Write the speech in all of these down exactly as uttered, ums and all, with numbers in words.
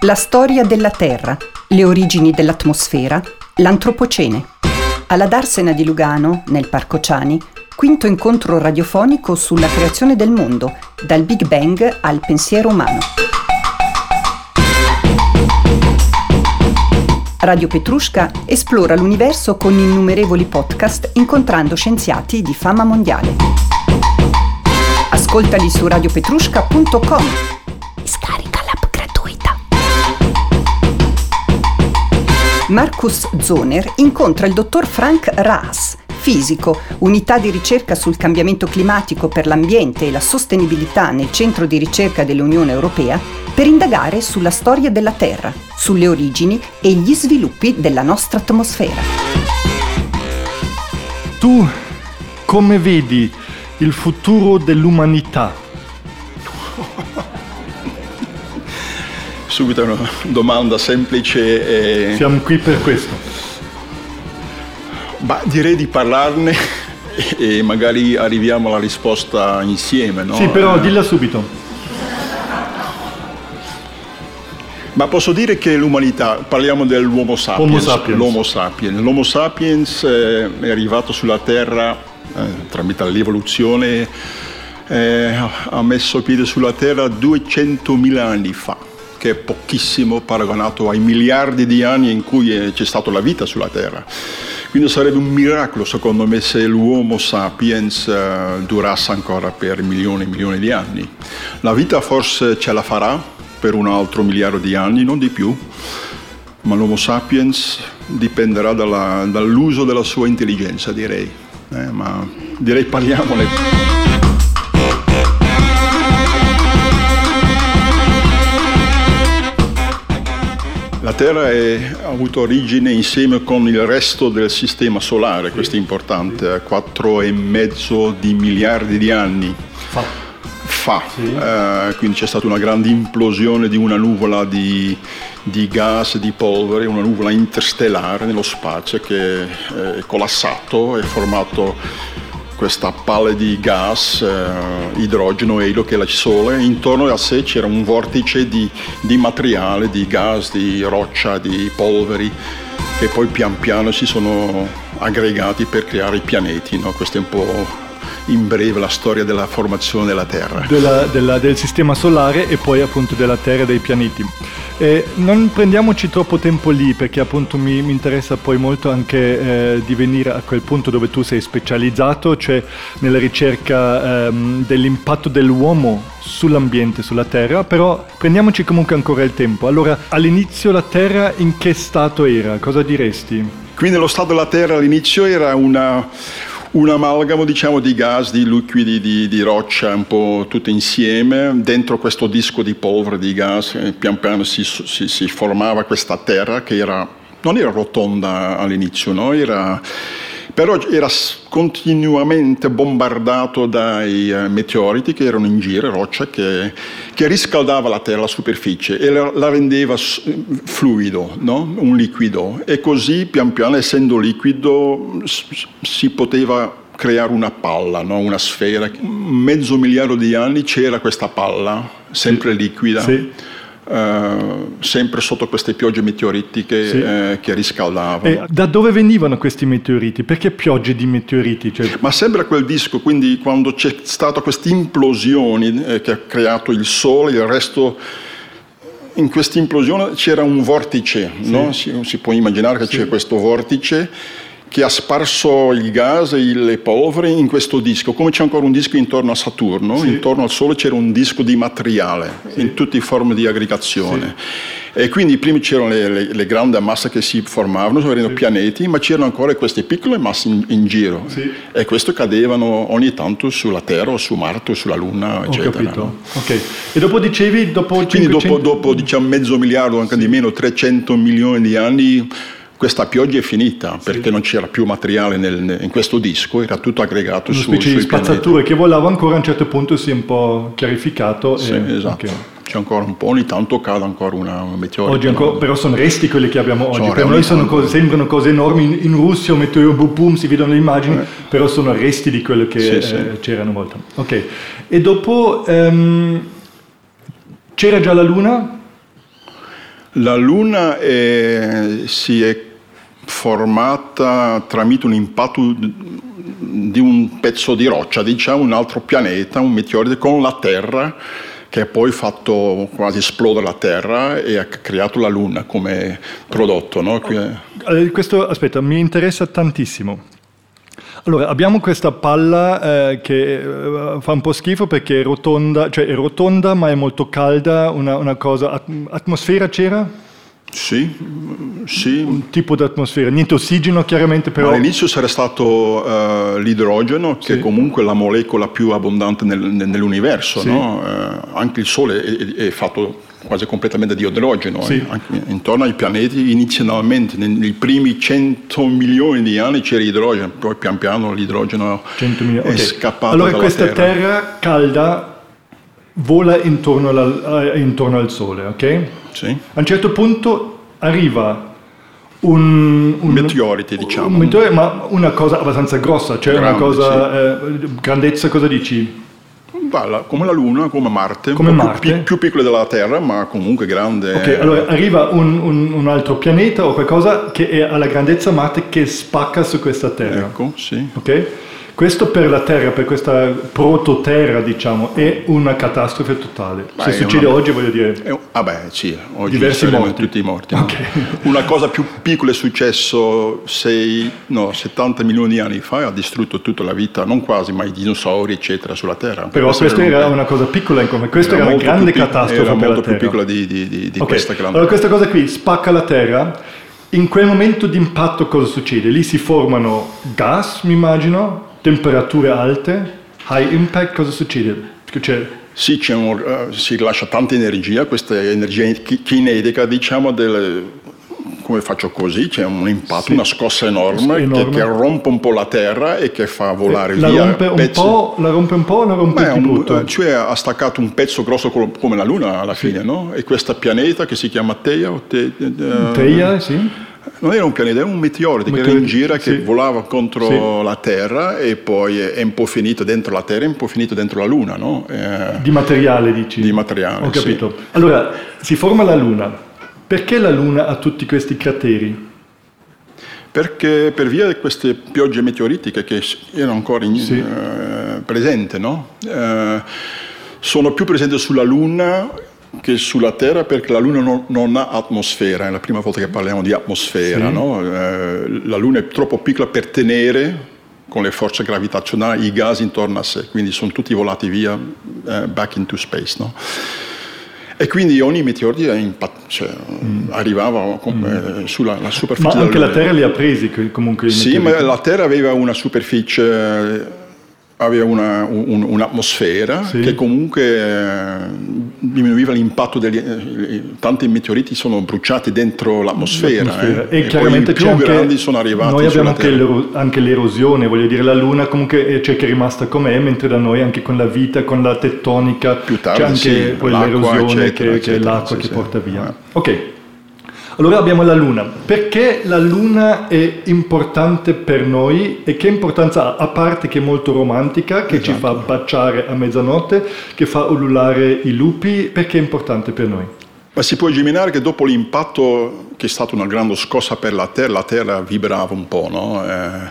La storia della Terra, le origini dell'atmosfera, l'antropocene. Alla Darsena di Lugano, nel Parco Ciani, quinto incontro radiofonico sulla creazione del mondo, dal Big Bang al pensiero umano. Radio Petrushka esplora l'universo con innumerevoli podcast incontrando scienziati di fama mondiale. Ascoltali su radio petrushka punto com. Scarica l'app gratuita. Markus Zohner incontra il dottor Frank Raas, fisico, unità di ricerca sul cambiamento climatico per l'ambiente e la sostenibilità nel centro di ricerca dell'Unione Europea, per indagare sulla storia della Terra, sulle origini e gli sviluppi della nostra atmosfera. Tu come vedi il futuro dell'umanità? Subito una domanda semplice. E... Siamo qui per questo. Bah, direi di parlarne e magari arriviamo alla risposta insieme, no? Sì, però dilla subito. Ma posso dire che l'umanità, parliamo dell'Homo sapiens, Homo sapiens. l'Homo sapiens. L'Homo sapiens eh, è arrivato sulla Terra eh, tramite l'evoluzione, eh, ha messo piede sulla Terra duecentomila anni fa, che è pochissimo paragonato ai miliardi di anni in cui c'è stata la vita sulla Terra. Quindi sarebbe un miracolo, secondo me, se l'Homo sapiens uh, durasse ancora per milioni e milioni di anni. La vita forse ce la farà per un altro miliardo di anni, non di più, ma l'Homo sapiens dipenderà dalla, dall'uso della sua intelligenza, direi. Eh, ma direi parliamone. La Terra è, ha avuto origine insieme con il resto del sistema solare, questo è importante, quattro e mezzo di miliardi di anni fa. fa. Sì. Uh, quindi c'è stata una grande implosione di una nuvola di, di gas, di polvere, una nuvola interstellare nello spazio che è collassato e formato questa palla di gas, eh, idrogeno, elio, che è il Sole. Intorno a sé c'era un vortice di, di materiale, di gas, di roccia, di polveri, che poi pian piano si sono aggregati per creare i pianeti, no? Questo è un po' in breve la storia della formazione della Terra. Della, della, del sistema solare e poi appunto della Terra e dei pianeti. Eh, non prendiamoci troppo tempo lì, perché appunto mi, mi interessa poi molto anche eh, di venire a quel punto dove tu sei specializzato, cioè nella ricerca ehm, dell'impatto dell'uomo sull'ambiente, sulla Terra, però prendiamoci comunque ancora il tempo. Allora, all'inizio la Terra in che stato era? Cosa diresti? Quindi lo stato della Terra all'inizio era una... un amalgamo, diciamo, di gas, di liquidi, di, di roccia, un po' tutto insieme. Dentro questo disco di polvere, di gas, pian piano si, si, si formava questa Terra che era, non era rotonda all'inizio, no? Era, però era continuamente bombardato dai meteoriti che erano in giro, roccia che, che riscaldava la Terra, la superficie, e la, la rendeva fluido, no? Un liquido. E così, pian piano, essendo liquido, si poteva creare una palla, no? Una sfera. Mezzo miliardo di anni c'era questa palla, sempre liquida. Sì. Uh, sempre sotto queste piogge meteoritiche, sì. eh, che riscaldavano. E da dove venivano questi meteoriti? Perché piogge di meteoriti? Cioè... Ma sembra quel disco, quindi quando c'è stata questa implosione eh, che ha creato il Sole, il resto, in questa implosione c'era un vortice, sì. No? Si, si può immaginare che sì. C'è questo vortice che ha sparso il gas e le polveri in questo disco. Come c'è ancora un disco intorno a Saturno, sì. Intorno al Sole c'era un disco di materiale, sì. In tutte le forme di aggregazione. Sì. E quindi prima c'erano le, le, le grandi masse che si formavano, erano sì. Pianeti, ma c'erano ancora queste piccole masse in, in giro. Sì. E questo cadevano ogni tanto sulla Terra o su Marte o sulla Luna, eccetera. Ho capito. No? Ok. E dopo dicevi, dopo quindi cinquecento... dopo, dopo diciamo mezzo miliardo, anche sì. Di meno, trecento milioni di anni, questa pioggia è finita, perché sì. Non c'era più materiale nel, in questo disco, era tutto aggregato su, sui pianeti. Una specie di spazzatura che volava ancora, a un certo punto si è un po' chiarificato. Sì, e... esatto. Okay. C'è ancora un po', ogni tanto cade ancora una meteorite. Oggi ancora, no? Però sono resti quelli che abbiamo oggi. Sono per noi sono cose, sembrano cose enormi. In, in Russia un meteoro boom, boom, si vedono le immagini, eh. Però sono resti di quello che sì, eh, sì. C'era una volta. Ok. E dopo um, c'era già la Luna? La Luna è, si è formata tramite un impatto di un pezzo di roccia, diciamo un altro pianeta, un meteorite con la Terra, che ha poi fatto quasi esplodere la Terra e ha creato la Luna come prodotto. No? Questo, aspetta, mi interessa tantissimo. Allora, abbiamo questa palla eh, che eh, fa un po' schifo perché è rotonda, cioè è rotonda ma è molto calda, una, una cosa... At- atmosfera c'era? Sì, sì. Un tipo di atmosfera, niente ossigeno chiaramente, però... All'inizio sarà stato uh, l'idrogeno, che sì. È comunque la molecola più abbondante nel, nell'universo, sì. No? Uh, anche il Sole è, è fatto quasi completamente di idrogeno, sì. eh? Anche intorno ai pianeti inizialmente, nei primi cento milioni di anni c'era idrogeno, poi pian piano l'idrogeno cento milioni. è Okay. scappato allora dalla questa terra. terra calda vola intorno, alla, intorno al Sole, ok? Sì. A un certo punto arriva un, un meteorite, diciamo. Un meteorite, ma una cosa abbastanza grossa, cioè Grande, una cosa, sì. eh, grandezza, cosa dici? Come la Luna, come Marte, come un po' Marte. Più, più piccola della Terra, ma comunque grande. Ok, allora arriva un, un, un altro pianeta o qualcosa che è alla grandezza Marte che spacca su questa Terra. Ecco, sì. Ok? Questo per la Terra, per questa prototerra, diciamo, è una catastrofe totale. Beh, se succede una... oggi, voglio dire... È... Ah beh, sì, oggi diversi morti. Tutti morti. Okay. No? Una cosa più piccola è successo sei, no, settanta milioni di anni fa e ha distrutto tutta la vita, non quasi, ma i dinosauri, eccetera, sulla Terra. Però questa, questa era una cosa piccola, come questa era, era una grande pic... catastrofe era per molto la Terra. Più piccola di, di, di, di okay. questa grande. Allora questa cosa qui spacca la Terra. In quel momento di impatto cosa succede? Lì si formano gas, mi immagino, temperature alte, high impact, cosa succede? C'è... Sì, c'è un, uh, si lascia tanta energia, questa energia cinetica, diciamo, del, come faccio così, c'è un impatto, sì. Una scossa enorme, enorme. Che, che rompe un po' la Terra e che fa volare la via rompe un po', la rompe un po' o la rompe Beh, di brutto? Un, cioè ha staccato un pezzo grosso come la Luna alla fine, sì. No? E questo pianeta che si chiama Theia, o te, uh, Theia, sì. Non era un pianeta, era un meteorite, meteorite che era in gira, che sì. volava contro sì. la Terra e poi è un po' finito dentro la Terra e un po' finito dentro la Luna, no? Eh, di materiale, dici? Di materiale, Ho capito. Sì. Allora, si forma la Luna. Perché la Luna ha tutti questi crateri? Perché per via di queste piogge meteoritiche che erano ancora in, sì. eh, presenti, no? Eh, sono più presenti sulla Luna che sulla Terra, perché la Luna non, non ha atmosfera, è la prima volta che parliamo di atmosfera, sì. No? Eh, la Luna è troppo piccola per tenere con le forze gravitazionali i gas intorno a sé, quindi sono tutti volati via uh, back into space, no? E quindi ogni meteorite impatt- cioè, mm. arrivava come, mm. sulla la superficie ma anche della la Terra li ha presi comunque i sì, ma la Terra aveva una superficie, aveva una, un, un'atmosfera, sì. Che comunque eh, diminuiva l'impatto degli eh, tanti meteoriti sono bruciati dentro l'atmosfera, l'atmosfera. Eh, e, e chiaramente i più c'è anche, grandi sono arrivati noi abbiamo anche, l'ero, anche l'erosione, voglio dire, la Luna comunque c'è che è rimasta com'è, mentre da noi anche con la vita, con la tettonica più tardi, c'è anche sì, poi l'erosione eccetera, che, eccetera, che è l'acqua sì, che sì. porta via. Ah. Ok. Allora abbiamo la Luna. Perché la Luna è importante per noi e che importanza ha? A parte che è molto romantica, che esatto. Ci fa baciare a mezzanotte, che fa ululare i lupi, perché è importante per noi? Ma si può immaginare che dopo l'impatto, che è stata una grande scossa per la Terra, la Terra vibrava un po', no?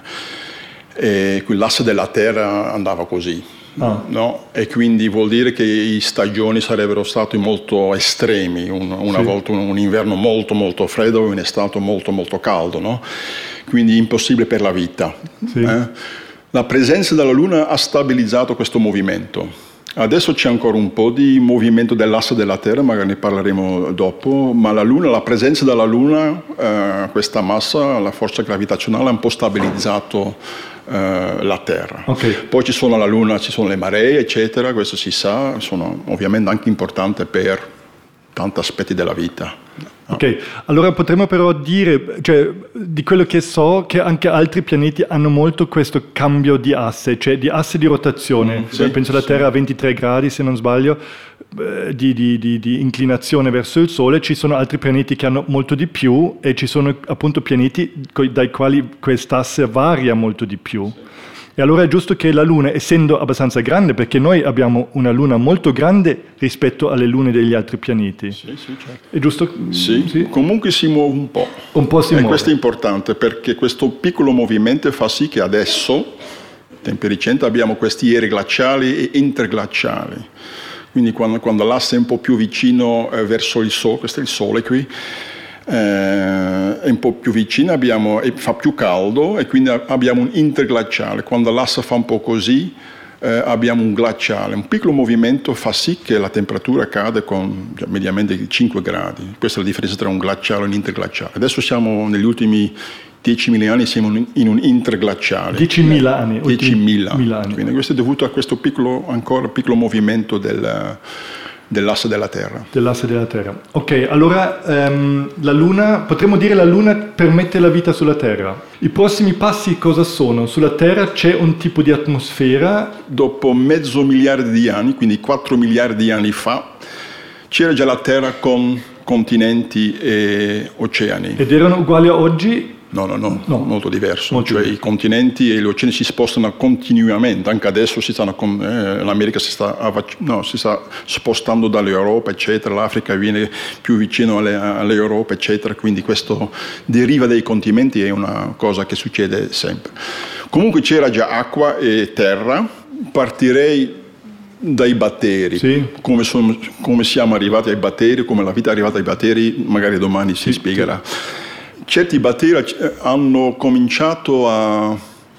Eh, e l'asse della Terra andava così. Ah. No? E quindi vuol dire che i stagioni sarebbero stati molto estremi, un, una sì. volta un, un inverno molto molto freddo e un'estate molto molto caldo, no? Quindi impossibile per la vita. Sì. Eh? La presenza della Luna ha stabilizzato questo movimento. Adesso c'è ancora un po' di movimento dell'asse della Terra, magari ne parleremo dopo, ma la Luna, la presenza della Luna, eh, questa massa, la forza gravitazionale ha un po' stabilizzato eh, la Terra. Okay. Poi ci sono la Luna, ci sono le maree, eccetera, questo si sa, sono ovviamente anche importanti per tanti aspetti della vita. Ok, allora potremmo però dire, cioè, di quello che so, che anche altri pianeti hanno molto questo cambio di asse, cioè di asse di rotazione. Mm, sì, penso la Terra sì. a ventitré gradi, se non sbaglio, eh, di, di, di, di inclinazione verso il Sole. Ci sono altri pianeti che hanno molto di più e ci sono appunto pianeti dai quali quest'asse varia molto di più. E allora è giusto che la Luna, essendo abbastanza grande, perché noi abbiamo una Luna molto grande rispetto alle lune degli altri pianeti. Sì, sì, certo. È giusto? Sì, sì, comunque si muove un po'. Un po' si e muove. Questo è importante perché questo piccolo movimento fa sì che adesso, tempi recenti, abbiamo questi eri glaciali e interglaciali. Quindi quando, quando l'asse è un po' più vicino eh, verso il Sole, questo è il Sole qui, eh, è un po' più vicino, abbiamo, e fa più caldo e quindi abbiamo un interglaciale. Quando l'asse fa un po' così, eh, abbiamo un glaciale. Un piccolo movimento fa sì che la temperatura cade con cioè, mediamente cinque gradi. Questa è la differenza tra un glaciale e un interglaciale. Adesso siamo negli ultimi diecimila anni, siamo in un interglaciale. diecimila anni. diecimila anni. Quindi questo è dovuto a questo piccolo, ancora piccolo movimento del, dell'asse della Terra. Dell'asse della Terra. Ok, allora um, la Luna, potremmo dire la Luna permette la vita sulla Terra. I prossimi passi cosa sono? Sulla Terra c'è un tipo di atmosfera? Dopo mezzo miliardo di anni, quindi quattro miliardi di anni fa, c'era già la Terra con continenti e oceani. Ed erano uguali a oggi? No, no, no, no, molto diverso. Molto cioè diverso. I continenti e gli oceani si spostano continuamente, anche adesso si stanno con, eh, l'America si sta, no, si sta spostando dall'Europa, eccetera, l'Africa viene più vicino alle, all'Europa, eccetera, quindi questo deriva dai continenti, è una cosa che succede sempre. Comunque c'era già acqua e terra, partirei dai batteri, sì. come, sono, come siamo arrivati ai batteri, come la vita è arrivata ai batteri, magari domani si sì, spiegherà. Sì. Certi batteri hanno cominciato a,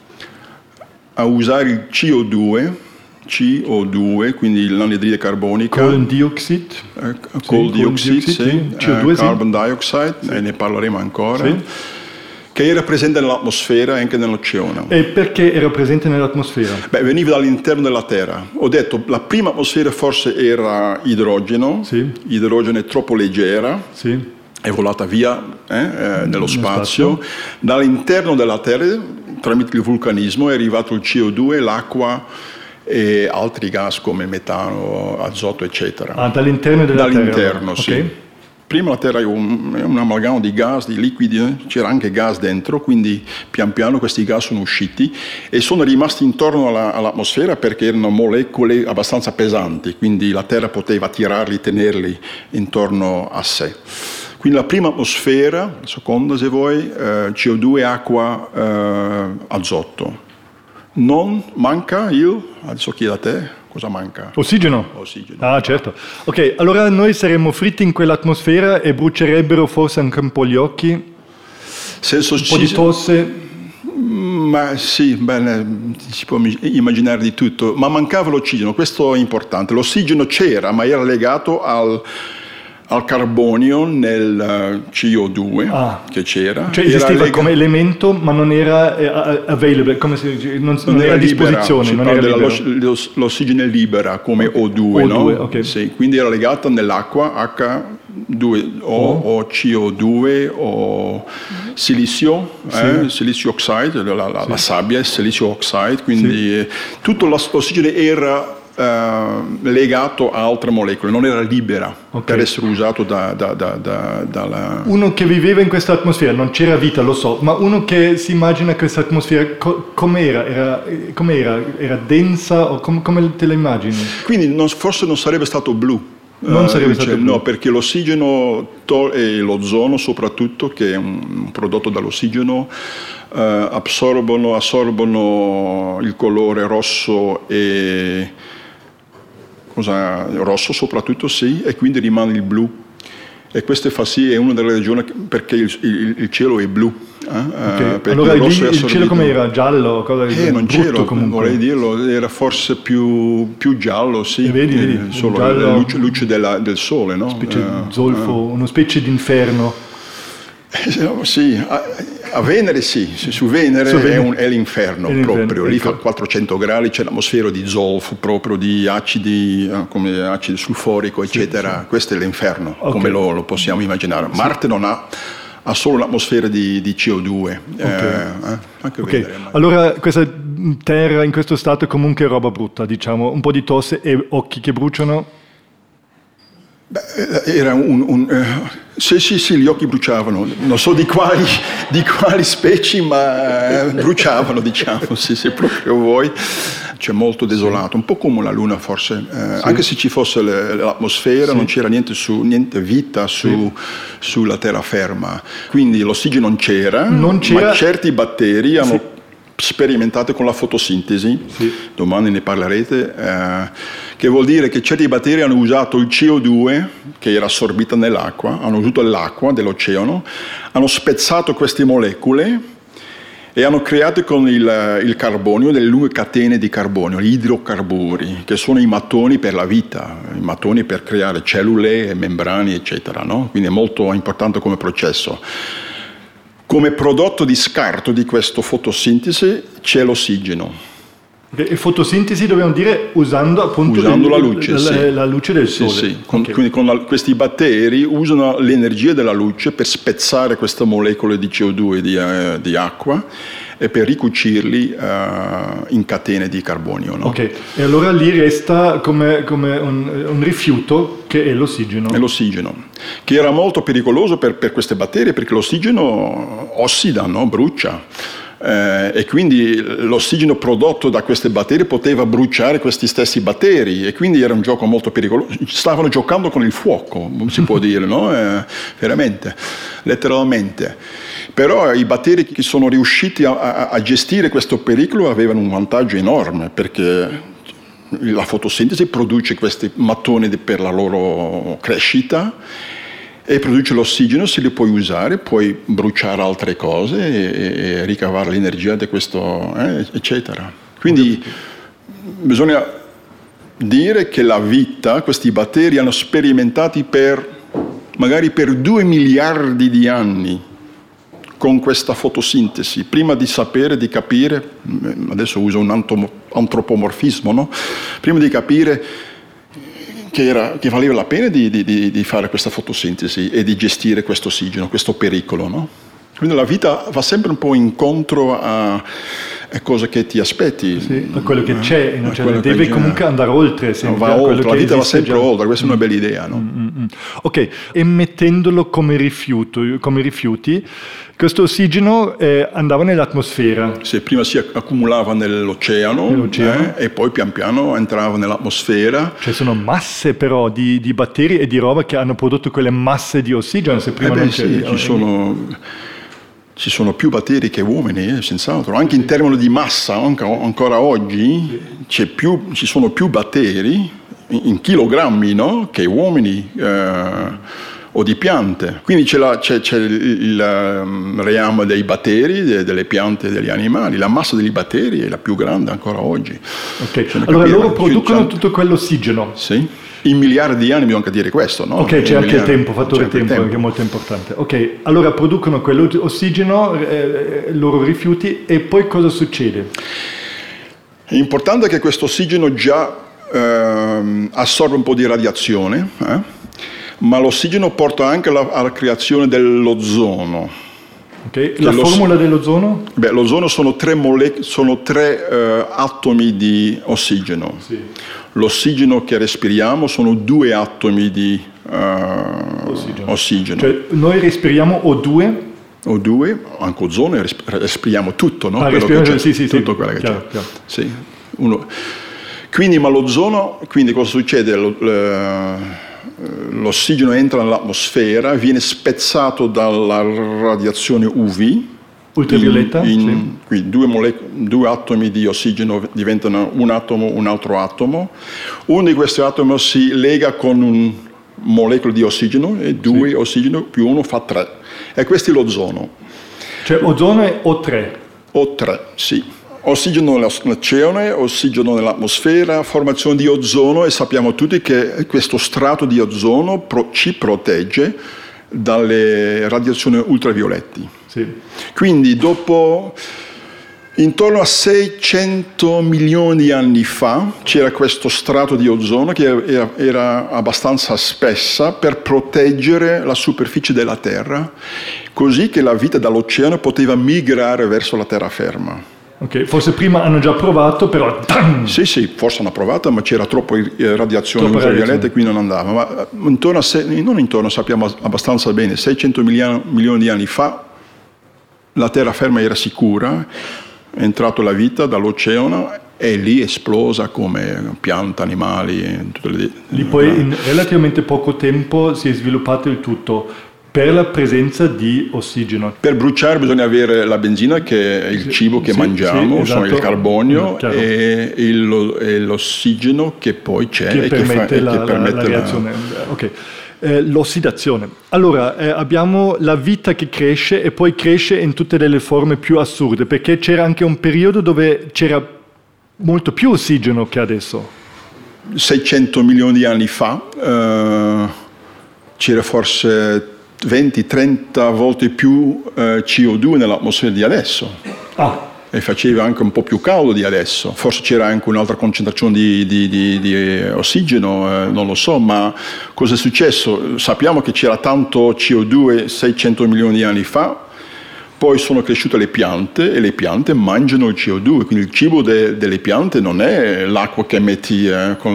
a usare il C O due, C O due, quindi l'anidride carbonica. Coal dioxide. Eh, coal sì, dioxide, sì. sì. C O due, eh, carbon sì. dioxide, sì. e ne parleremo ancora. Sì. Che era presente nell'atmosfera e anche nell'oceano. E perché era presente nell'atmosfera? Beh, veniva dall'interno della Terra. Ho detto, la prima atmosfera forse era idrogeno, sì. idrogeno è troppo leggera. Sì. È volata via eh, eh, nello spazio. spazio. Dall'interno della Terra, tramite il vulcanismo, è arrivato il C O due, l'acqua e altri gas come metano, azoto, eccetera. Ah, dall'interno della dall'interno, Terra? Dall'interno, sì. Okay. Prima la Terra è un, un amalgama di gas, di liquidi, eh? C'era anche gas dentro, quindi pian piano questi gas sono usciti e sono rimasti intorno alla, all'atmosfera perché erano molecole abbastanza pesanti, quindi la Terra poteva tirarli, tenerli intorno a sé. Quindi la prima atmosfera, la seconda se vuoi, eh, C O due, acqua, eh, azoto. Non manca il, adesso chiedo a te, cosa manca? Ossigeno. Ossigeno. Ah, certo. Ok, allora noi saremmo fritti in quell'atmosfera e brucierebbero forse anche un po' gli occhi, Senso un po' di tosse. Ma sì, bene, si può immaginare di tutto, ma mancava l'ossigeno, questo è importante. L'ossigeno c'era, ma era legato al... al carbonio nel C O due ah. che c'era. Cioè esisteva lega... come elemento, ma non era eh, available, come si dice, non, non, non era a disposizione. Non era libero. L'ossigeno è libera come O due, O due, no? Okay. Sì, quindi era legata nell'acqua H due O oh. o C O due o silizio, sì. eh, silizio oxide, la, la, sì. la sabbia è silizio oxide, quindi sì. eh, tutto l'ossigeno era Uh, legato a altre molecole, non era libera okay. per essere usato da, da, da, da, dalla... Uno che viveva in questa atmosfera, non c'era vita, lo so, ma uno che si immagina questa atmosfera, co- com'era? Era, com'era? Era densa o com- come te la immagini? Quindi non, forse non sarebbe stato blu. Non uh, sarebbe cioè, stato blu? No, perché l'ossigeno to- e l'ozono soprattutto, che è un, un prodotto dall'ossigeno, uh, assorbono, assorbono il colore rosso e... Cosa, rosso soprattutto sì, e quindi rimane il blu, e questo fa sì, è una delle ragioni perché il, il, il cielo è blu. Eh? Okay. Allora il, il cielo come era? Giallo? Cosa, eh, non c'era, comunque. vorrei dirlo, era forse più, più giallo, sì, e vedi, vedi, eh, solo giallo, la luce, luce della, del sole, no? Una specie uh, di zolfo, uh. una specie di inferno. Eh, sì, a, a Venere sì, su Venere, su Venere. È, un, è l'inferno è proprio, l'inferno. Lì ecco. Fa quattrocento gradi, c'è l'atmosfera di zolfo, proprio di acidi, come acido sulfurico, eccetera, sì, sì. Questo è l'inferno, okay. Come lo, lo possiamo immaginare. Sì. Marte non ha, ha solo l'atmosfera di, di C O due. Okay. Eh, anche okay. Venere, ma... Allora questa terra in questo stato è comunque roba brutta, diciamo, un po' di tosse e occhi che bruciano? Beh, era un... un uh, sì, sì, sì, gli occhi bruciavano. Non so di quali, di quali specie, ma uh, bruciavano, diciamo, sì, se proprio vuoi. C'è molto desolato, un po' come la Luna forse, eh, sì. Anche se ci fosse le, l'atmosfera, sì. Non c'era niente, su, niente vita su, sì. Sulla terraferma, quindi l'ossigeno non c'era, non c'era. Ma certi batteri hanno sì. Sperimentato con la fotosintesi, sì. Domani ne parlerete, eh, che vuol dire che certi batteri hanno usato il C O due che era assorbita nell'acqua, hanno usato l'acqua dell'oceano, hanno spezzato queste molecole e hanno creato con il, il carbonio delle lunghe catene di carbonio, gli idrocarburi, che sono i mattoni per la vita, i mattoni per creare cellule, membrane, eccetera, no? Quindi è molto importante come processo. Come prodotto di scarto di questa fotosintesi c'è l'ossigeno. E fotosintesi dobbiamo dire usando appunto usando il, la, luce, la, sì. la luce del sole. Sì, sì. Con, okay. Quindi con la, questi batteri usano l'energia della luce per spezzare queste molecole di C O due di, uh, di acqua e per ricucirli uh, in catene di carbonio. No? Ok, e allora lì resta come, come un, un rifiuto che è l'ossigeno. È l'ossigeno, che era molto pericoloso per, per queste batteri perché l'ossigeno ossida, no? Brucia. Eh, e quindi l'ossigeno prodotto da queste batteri poteva bruciare questi stessi batteri e quindi era un gioco molto pericoloso. Stavano giocando con il fuoco, si può dire, no? Eh, veramente, letteralmente. Però i batteri che sono riusciti a, a, a gestire questo pericolo avevano un vantaggio enorme perché la fotosintesi produce questi mattoni per la loro crescita e produce l'ossigeno, se li puoi usare, puoi bruciare altre cose e, e ricavare l'energia di questo, eh, eccetera. Quindi bisogna dire che la vita, questi batteri hanno sperimentati per, magari per due miliardi di anni con questa fotosintesi, prima di sapere, di capire, adesso uso un antropomorfismo, no? Prima di capire Che, era, che valeva la pena di, di, di fare questa fotosintesi e di gestire questo ossigeno, questo pericolo, no? Quindi la vita va sempre un po' incontro a, a cose che ti aspetti. Sì, a quello che c'è, in cioè, deve comunque andare oltre. Va a oltre, la vita va sempre già. oltre, questa è una bella idea, no? Mm-hmm. Ok, e mettendolo come rifiuto, come rifiuti, questo ossigeno eh, andava nell'atmosfera. Sì, prima si accumulava nell'oceano, nell'oceano. Eh, e poi pian piano entrava nell'atmosfera. Cioè sono masse però di, di batteri e di roba che hanno prodotto quelle masse di ossigeno. Se prima eh beh, non sì, ci sono, ci sono più batteri che uomini, eh, senz'altro. Anche in termini di massa, anche, ancora oggi, c'è più, ci sono più batteri in chilogrammi, no? Che uomini. Eh, o di piante. Quindi c'è, la, c'è, c'è il, il um, reame dei batteri, de, delle piante e degli animali. La massa dei batteri è la più grande ancora oggi. Okay. Allora capire, loro producono tutto quell'ossigeno. Sì. In miliardi di anni bisogna dire questo, no? Ok, c'è in anche il tempo, fattore tempo, tempo, che è molto importante. Ok, allora producono quell'ossigeno, eh, loro rifiuti, e poi cosa succede? È importante che questo ossigeno già eh, assorbe un po' di radiazione, eh? Ma l'ossigeno porta anche alla, alla creazione dell'ozono. Okay. La formula dell'ozono? Beh, l'ozono sono tre, mole- sono tre uh, atomi di ossigeno. Sì. L'ossigeno che respiriamo sono due atomi di uh, ossigeno. ossigeno. Cioè noi respiriamo O due? O due, anche ozono, respiriamo tutto, no? Ah, quello respiriamo, che c'è, sì, sì, tutto sì, quello che chiaro, c'è. Chiaro. Sì. Uno. Quindi, ma l'ozono, quindi cosa succede? Lo, le, L'ossigeno entra nell'atmosfera, viene spezzato dalla radiazione U V, ultravioletta, in, in, sì. Qui due, molec- due atomi di ossigeno diventano un atomo, un altro atomo. Uno di questi atomi si lega con un molecola di ossigeno e due sì. Ossigeno più uno fa tre. E questo è l'ozono. Cioè ozono è O tre? O tre, sì. Ossigeno nell'oceano, ossigeno nell'atmosfera, formazione di ozono, e sappiamo tutti che questo strato di ozono pro- ci protegge dalle radiazioni ultraviolette. Sì. Quindi dopo, intorno a seicento milioni di anni fa, c'era questo strato di ozono che era, era abbastanza spessa per proteggere la superficie della Terra, così che la vita dall'oceano poteva migrare verso la terraferma. Ok, forse prima hanno già provato, però... Sì, sì, forse hanno provato, ma c'era troppo radiazione ultravioletta e quindi non andava. Ma intorno a se, non intorno, sappiamo abbastanza bene, seicento milioni di anni fa la terraferma era sicura, è entrato la vita dall'oceano e lì è esplosa come piante, animali. Tutte le... Lì poi in relativamente poco tempo si è sviluppato il tutto. Per la presenza di ossigeno. Per bruciare bisogna avere la benzina, che è il cibo che sì, mangiamo, sì, esatto. Sono il carbonio mm, e, il, e l'ossigeno che poi c'è che e permette, che, fa, la, e che permette la, la reazione. La... Okay. Eh, l'ossidazione. Allora, eh, abbiamo la vita che cresce e poi cresce in tutte delle forme più assurde, perché c'era anche un periodo dove c'era molto più ossigeno che adesso. seicento milioni di anni fa eh, c'era forse venti trenta volte più eh, C O due nell'atmosfera di adesso. Ah. E faceva anche un po' più caldo di adesso. Forse c'era anche un'altra concentrazione di, di, di, di ossigeno, eh, non lo so, ma cosa è successo? Sappiamo che c'era tanto C O due seicento milioni di anni fa, poi sono cresciute le piante e le piante mangiano il C O due, quindi il cibo de, delle piante non è l'acqua che metti eh, con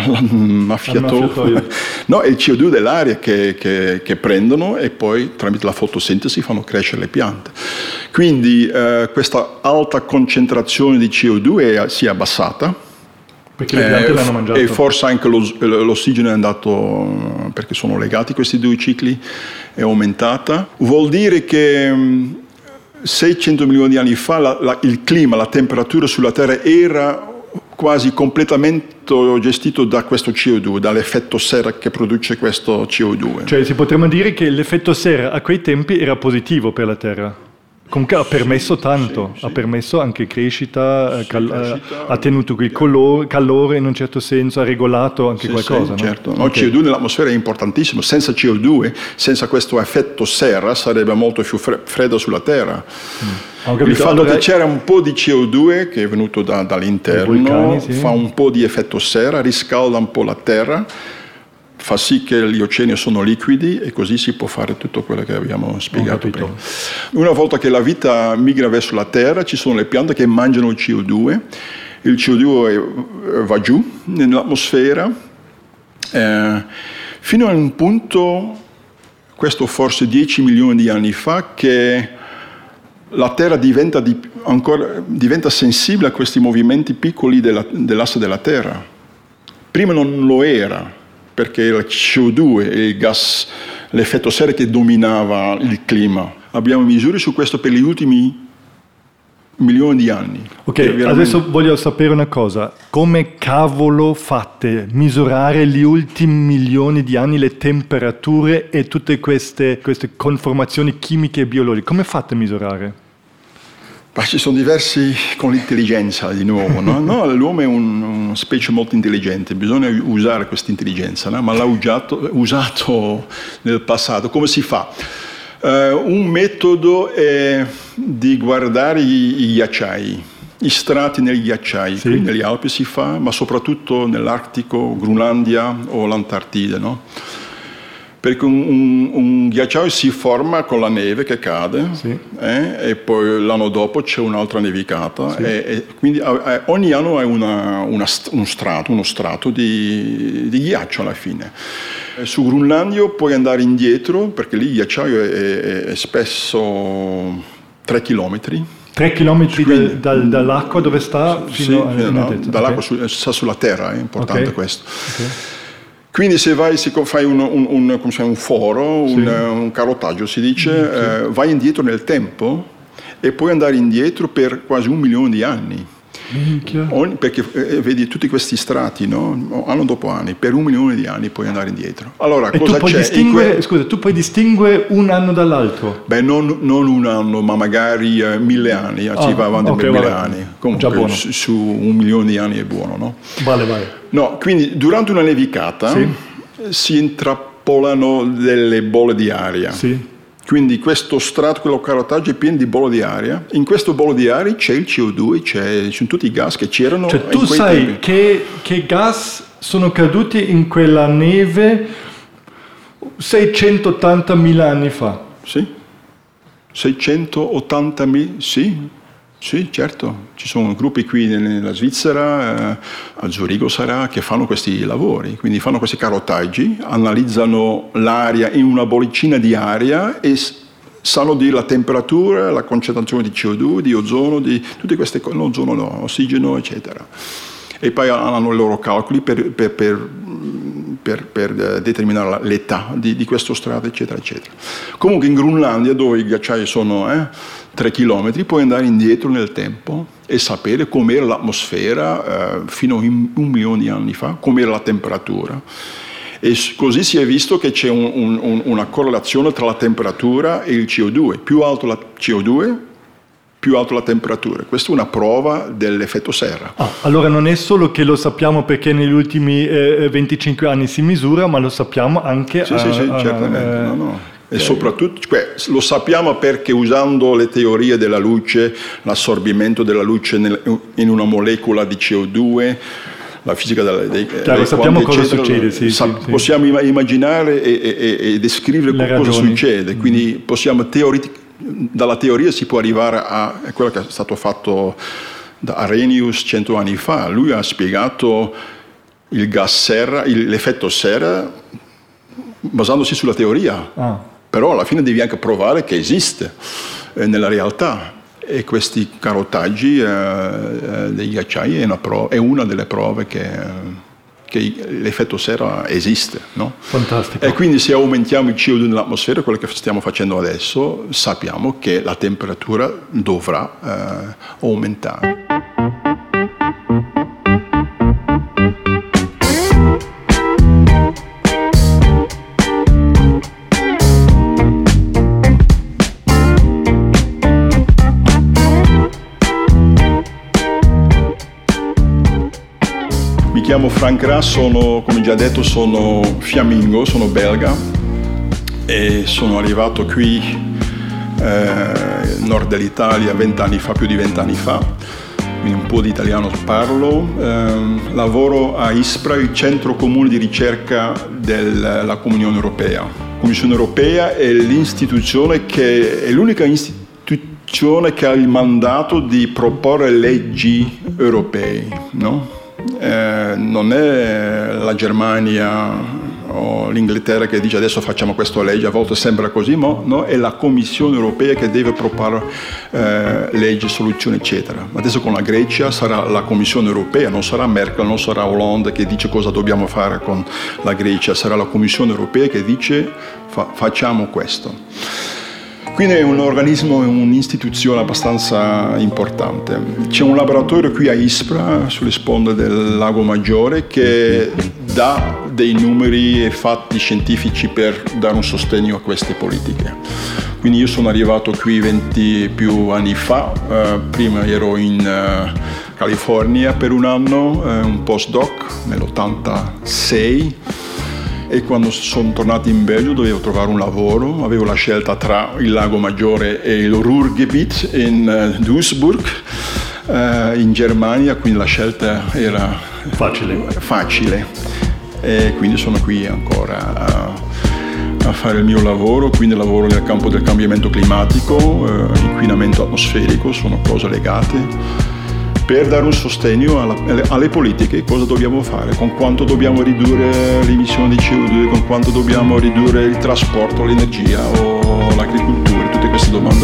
l'annaffiatore, no, è il C O due dell'aria che, che, che prendono e poi tramite la fotosintesi fanno crescere le piante. Quindi eh, questa alta concentrazione di C O due è, si è abbassata. Perché le piante eh, l'hanno mangiato. E forse anche lo, l'ossigeno è andato, perché sono legati questi due cicli, è aumentata. Vuol dire che seicento milioni di anni fa la, la, il clima, la temperatura sulla Terra era quasi completamente gestito da questo C O due, dall'effetto serra che produce questo C O due. Cioè si potremmo dire che l'effetto serra a quei tempi era positivo per la Terra. Comunque ha permesso tanto, sì, sì. ha permesso anche crescita, sì, cal- crescita, ha tenuto il colore, calore in un certo senso, ha regolato anche sì, qualcosa. Sì, no? certo. No, okay. Il C O due nell'atmosfera è importantissimo, senza C O due, senza questo effetto serra sarebbe molto più freddo sulla Terra. Mm. Il fatto allora... che c'era un po' di C O due che è venuto da, dall'interno, vulcani, sì. fa un po' di effetto serra, riscalda un po' la Terra, fa sì che gli oceani sono liquidi e così si può fare tutto quello che abbiamo spiegato prima. Una volta che la vita migra verso la Terra, ci sono le piante che mangiano il C O due, il C O due va giù nell'atmosfera, eh, fino a un punto, questo forse dieci milioni di anni fa, che la Terra diventa, di, ancora, diventa sensibile a questi movimenti piccoli della, dell'asse della Terra. Prima non lo era, perché il C O due e il gas, l'effetto serra che dominava il clima. Abbiamo misure su questo per gli ultimi milioni di anni. Ok, veramente... adesso voglio sapere una cosa. Come cavolo fate misurare gli ultimi milioni di anni le temperature e tutte queste, queste conformazioni chimiche e biologiche? Come fate a misurare? Ma ci sono diversi con l'intelligenza di nuovo, no? No, l'uomo è un, una specie molto intelligente, bisogna usare questa intelligenza, no? Ma l'ha usato, usato nel passato. Come si fa? Uh, un metodo è di guardare i, i ghiacciai, gli strati negli ghiacciai, sì. Qui negli Alpi si fa, ma soprattutto nell'Artico, Groenlandia o l'Antartide, no? Perché un, un, un ghiacciaio si forma con la neve che cade, sì. eh, e poi l'anno dopo c'è un'altra nevicata, sì. e, e quindi eh, ogni anno è una, una, un strato, uno strato di, di ghiaccio alla fine. E su Groenlandia puoi andare indietro, perché lì il ghiacciaio è, è, è spesso tre chilometri. Tre chilometri dal, dal, dall'acqua dove sta fino sì, a no, dall'acqua okay. su, sta sulla terra, è importante okay. questo. Okay. Quindi se vai, se fai un, un, un, come si chiama, un foro, sì. un, un carotaggio si dice, sì. eh, vai indietro nel tempo e puoi andare indietro per quasi un milione di anni. Ogni, perché eh, vedi tutti questi strati, no? Anno dopo anno, per un milione di anni puoi andare indietro. Allora, e cosa tu puoi c'è? Distinguere, que... Scusa, tu puoi distinguere un anno dall'altro? Beh, non, non un anno, ma magari eh, mille anni, ah, ci va avanti okay, per mille anni. Comunque su, su un milione di anni è buono, no? Vale, vale. No, quindi durante una nevicata sì. si intrappolano delle bolle di aria. Sì. Quindi questo strato, quello carotaggio è pieno di bolle di aria. In questo bollo di aria c'è il C O due, c'è, ci sono tutti i gas che c'erano. Cioè tu sai che, che gas sono caduti in quella neve seicentottantamila anni fa? Sì, seicentottantamila, sì. Sì, certo, ci sono gruppi qui nella Svizzera, eh, a Zurigo sarà, che fanno questi lavori, quindi fanno questi carotaggi, analizzano l'aria in una bollicina di aria e sanno dire la temperatura, la concentrazione di C O due, di ozono, di tutte queste cose, ozono no, ossigeno, eccetera. E poi hanno i loro calcoli per, per, per, per, per determinare l'età di, di questo strato, eccetera, eccetera. Comunque in Groenlandia, dove i ghiacciai sono eh, tre chilometri, puoi andare indietro nel tempo e sapere com'era l'atmosfera eh, fino a un, un milione di anni fa, com'era la temperatura. E così si è visto che c'è un, un, una correlazione tra la temperatura e il C O due. Più alto la C O due, più alta la temperatura. Questa è una prova dell'effetto serra. Ah, allora non è solo che lo sappiamo perché negli ultimi eh, venticinque anni si misura, ma lo sappiamo anche... Sì, a, sì, sì, a, certamente. A, no, no. E okay. soprattutto cioè, lo sappiamo perché usando le teorie della luce, l'assorbimento della luce nel, in una molecola di C O due, la fisica delle, dei, Chiaro, dei sappiamo quanti, cosa eccetera, succede, sì, sa- sì, possiamo sì. immaginare e, e, e descrivere le cosa ragioni. succede, quindi possiamo teoreticamente, dalla teoria si può arrivare a quello che è stato fatto da Arrhenius cento anni fa. Lui ha spiegato il gas serra, il, l'effetto serra basandosi sulla teoria, ah. però alla fine devi anche provare che esiste eh, nella realtà. E questi carotaggi eh, dei ghiacciai è una, prova, è una delle prove che, che l'effetto serra esiste. No? Fantastico. E quindi se aumentiamo il C O due nell'atmosfera, quello che stiamo facendo adesso, sappiamo che la temperatura dovrà eh, aumentare. Mi chiamo Frank Raas, sono, come già detto, sono fiammingo, sono belga e sono arrivato qui eh, nord dell'Italia vent'anni fa, più di vent'anni fa, quindi un po' di italiano parlo. Eh, lavoro a ISPRA, il Centro Comune di Ricerca della Comunione Europea. La Commissione Europea è l'istituzione che è l'unica istituzione che ha il mandato di proporre leggi europee, no? Eh, non è la Germania o l'Inghilterra che dice adesso facciamo questa legge, a volte sembra così, ma no, è la Commissione Europea che deve proporre eh, leggi, soluzioni, eccetera. Adesso con la Grecia sarà la Commissione Europea, non sarà Merkel, non sarà Hollande che dice cosa dobbiamo fare con la Grecia, sarà la Commissione Europea che dice fa, facciamo questo. Quindi è un organismo, è un'istituzione abbastanza importante. C'è un laboratorio qui a ISPRA, sulle sponde del Lago Maggiore, che dà dei numeri e fatti scientifici per dare un sostegno a queste politiche. Quindi io sono arrivato qui venti più anni fa, uh, prima ero in uh, California per un anno, uh, un postdoc nell'ottantasei. E quando sono tornato in Belgio dovevo trovare un lavoro, avevo la scelta tra il Lago Maggiore e il Ruhrgebiet in uh, Duisburg, uh, in Germania, quindi la scelta era facile. facile. E quindi sono qui ancora a, a fare il mio lavoro, quindi lavoro nel campo del cambiamento climatico, uh, inquinamento atmosferico, sono cose legate. Per dare un sostegno alla, alle politiche, cosa dobbiamo fare, con quanto dobbiamo ridurre l'emissione di C O due, con quanto dobbiamo ridurre il trasporto, l'energia o l'agricoltura, tutte queste domande.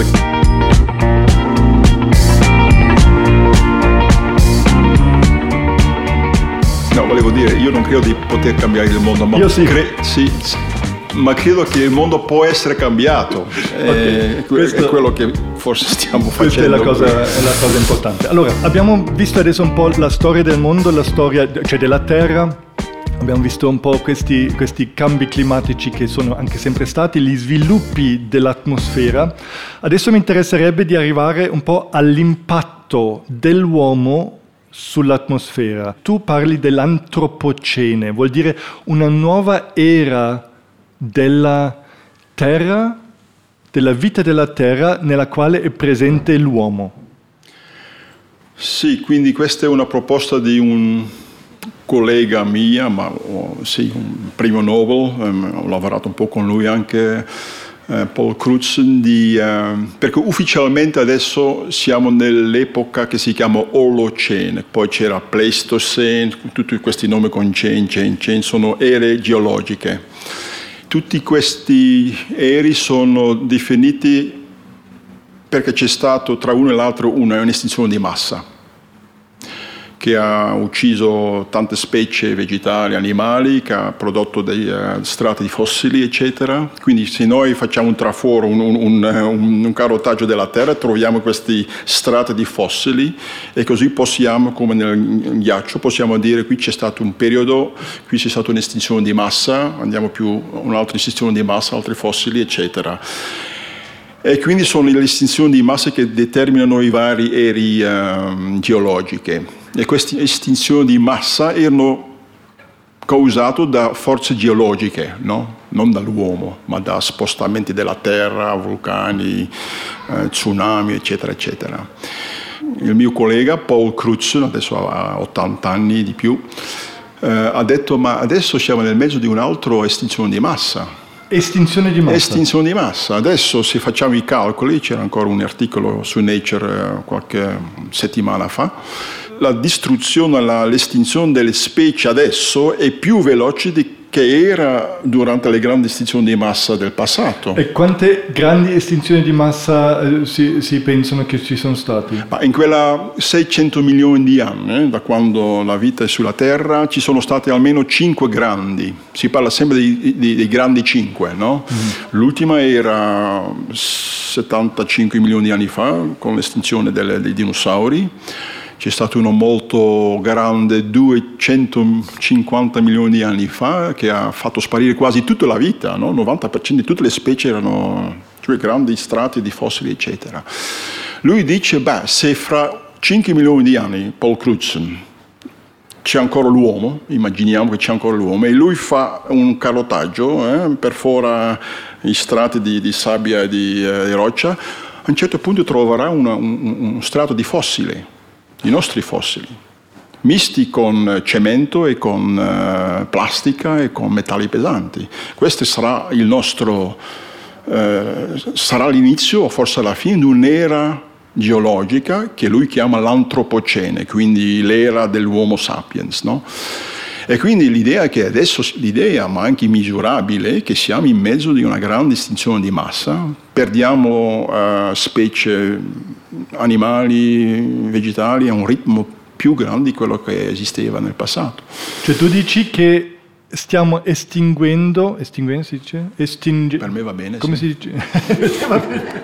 No, volevo dire, io non credo di poter cambiare il mondo, ma io sì. Cre- sì, sì. Ma credo che il mondo può essere cambiato, okay. è, Questo, è quello che forse stiamo facendo. Questa è la, cosa, è la cosa importante. Allora, abbiamo visto adesso un po' la storia del mondo, la storia, cioè della Terra, abbiamo visto un po' questi, questi cambi climatici che sono anche sempre stati, gli sviluppi dell'atmosfera. Adesso mi interesserebbe di arrivare un po' all'impatto dell'uomo sull'atmosfera. Tu parli dell'antropocene, vuol dire una nuova era della terra, della vita della terra nella quale è presente l'uomo. Sì, quindi questa è una proposta di un collega mia, ma oh, sì, un premio Nobel, um, ho lavorato un po' con lui anche, uh, Paul Crutzen, di, uh, perché ufficialmente adesso siamo nell'epoca che si chiama Olocene, poi c'era Pleistocene, tutti questi nomi con cene, cene, cene, sono ere geologiche. Tutti questi eri sono definiti perché c'è stato tra uno e l'altro una, un'estinzione di massa che ha ucciso tante specie vegetali, animali, che ha prodotto dei uh, strati fossili, eccetera. Quindi se noi facciamo un traforo, un, un, un, un carotaggio della Terra, troviamo questi strati di fossili e così possiamo, come nel ghiaccio, possiamo dire qui c'è stato un periodo, qui c'è stata un'estinzione di massa, andiamo più un'altra estinzione di massa, altri fossili, eccetera. E quindi sono le estinzioni di massa che determinano i vari eri uh, geologiche. E queste estinzioni di massa erano causate da forze geologiche, no? Non dall'uomo, ma da spostamenti della terra, vulcani, uh, tsunami, eccetera, eccetera. Il mio collega Paul Crutzen, adesso ha ottanta anni di più, uh, ha detto ma adesso siamo nel mezzo di un'altra estinzione di massa. Estinzione di massa. Estinzione di massa. Adesso se facciamo i calcoli, c'era ancora un articolo su Nature qualche settimana fa, la distruzione, la, l'estinzione delle specie adesso è più veloce di che era durante le grandi estinzioni di massa del passato. E quante grandi estinzioni di massa eh, si, si pensano che ci sono stati? Ma in quella seicento milioni di anni, eh, da quando la vita è sulla Terra, ci sono state almeno cinque grandi. Si parla sempre dei, dei, dei grandi cinque, no? Mm-hmm. L'ultima era settantacinque milioni di anni fa, con l'estinzione delle, dei dinosauri. C'è stato uno molto grande duecentocinquanta milioni di anni fa che ha fatto sparire quasi tutta la vita, no? Il novanta per cento di tutte le specie erano cioè grandi strati di fossili, eccetera. Lui dice, beh, se fra cinque milioni di anni, Paul Crutzen, c'è ancora l'uomo, immaginiamo che c'è ancora l'uomo, e lui fa un carotaggio, eh, perfora i strati di, di sabbia e di, eh, di roccia, a un certo punto troverà una, un, un strato di fossili. I nostri fossili, misti con cemento e con uh, plastica e con metalli pesanti. Questo sarà il nostro, uh, sarà l'inizio o forse la fine di un'era geologica che lui chiama l'antropocene, quindi l'era dell'Homo sapiens, no? E quindi l'idea è che adesso, l'idea, ma anche misurabile, è che siamo in mezzo di una grande estinzione di massa, perdiamo uh, specie animali, vegetali a un ritmo più grande di quello che esisteva nel passato. Cioè tu dici che stiamo estinguendo, estinguendo si dice? Estinge... Per me va bene. Come sì. si dice?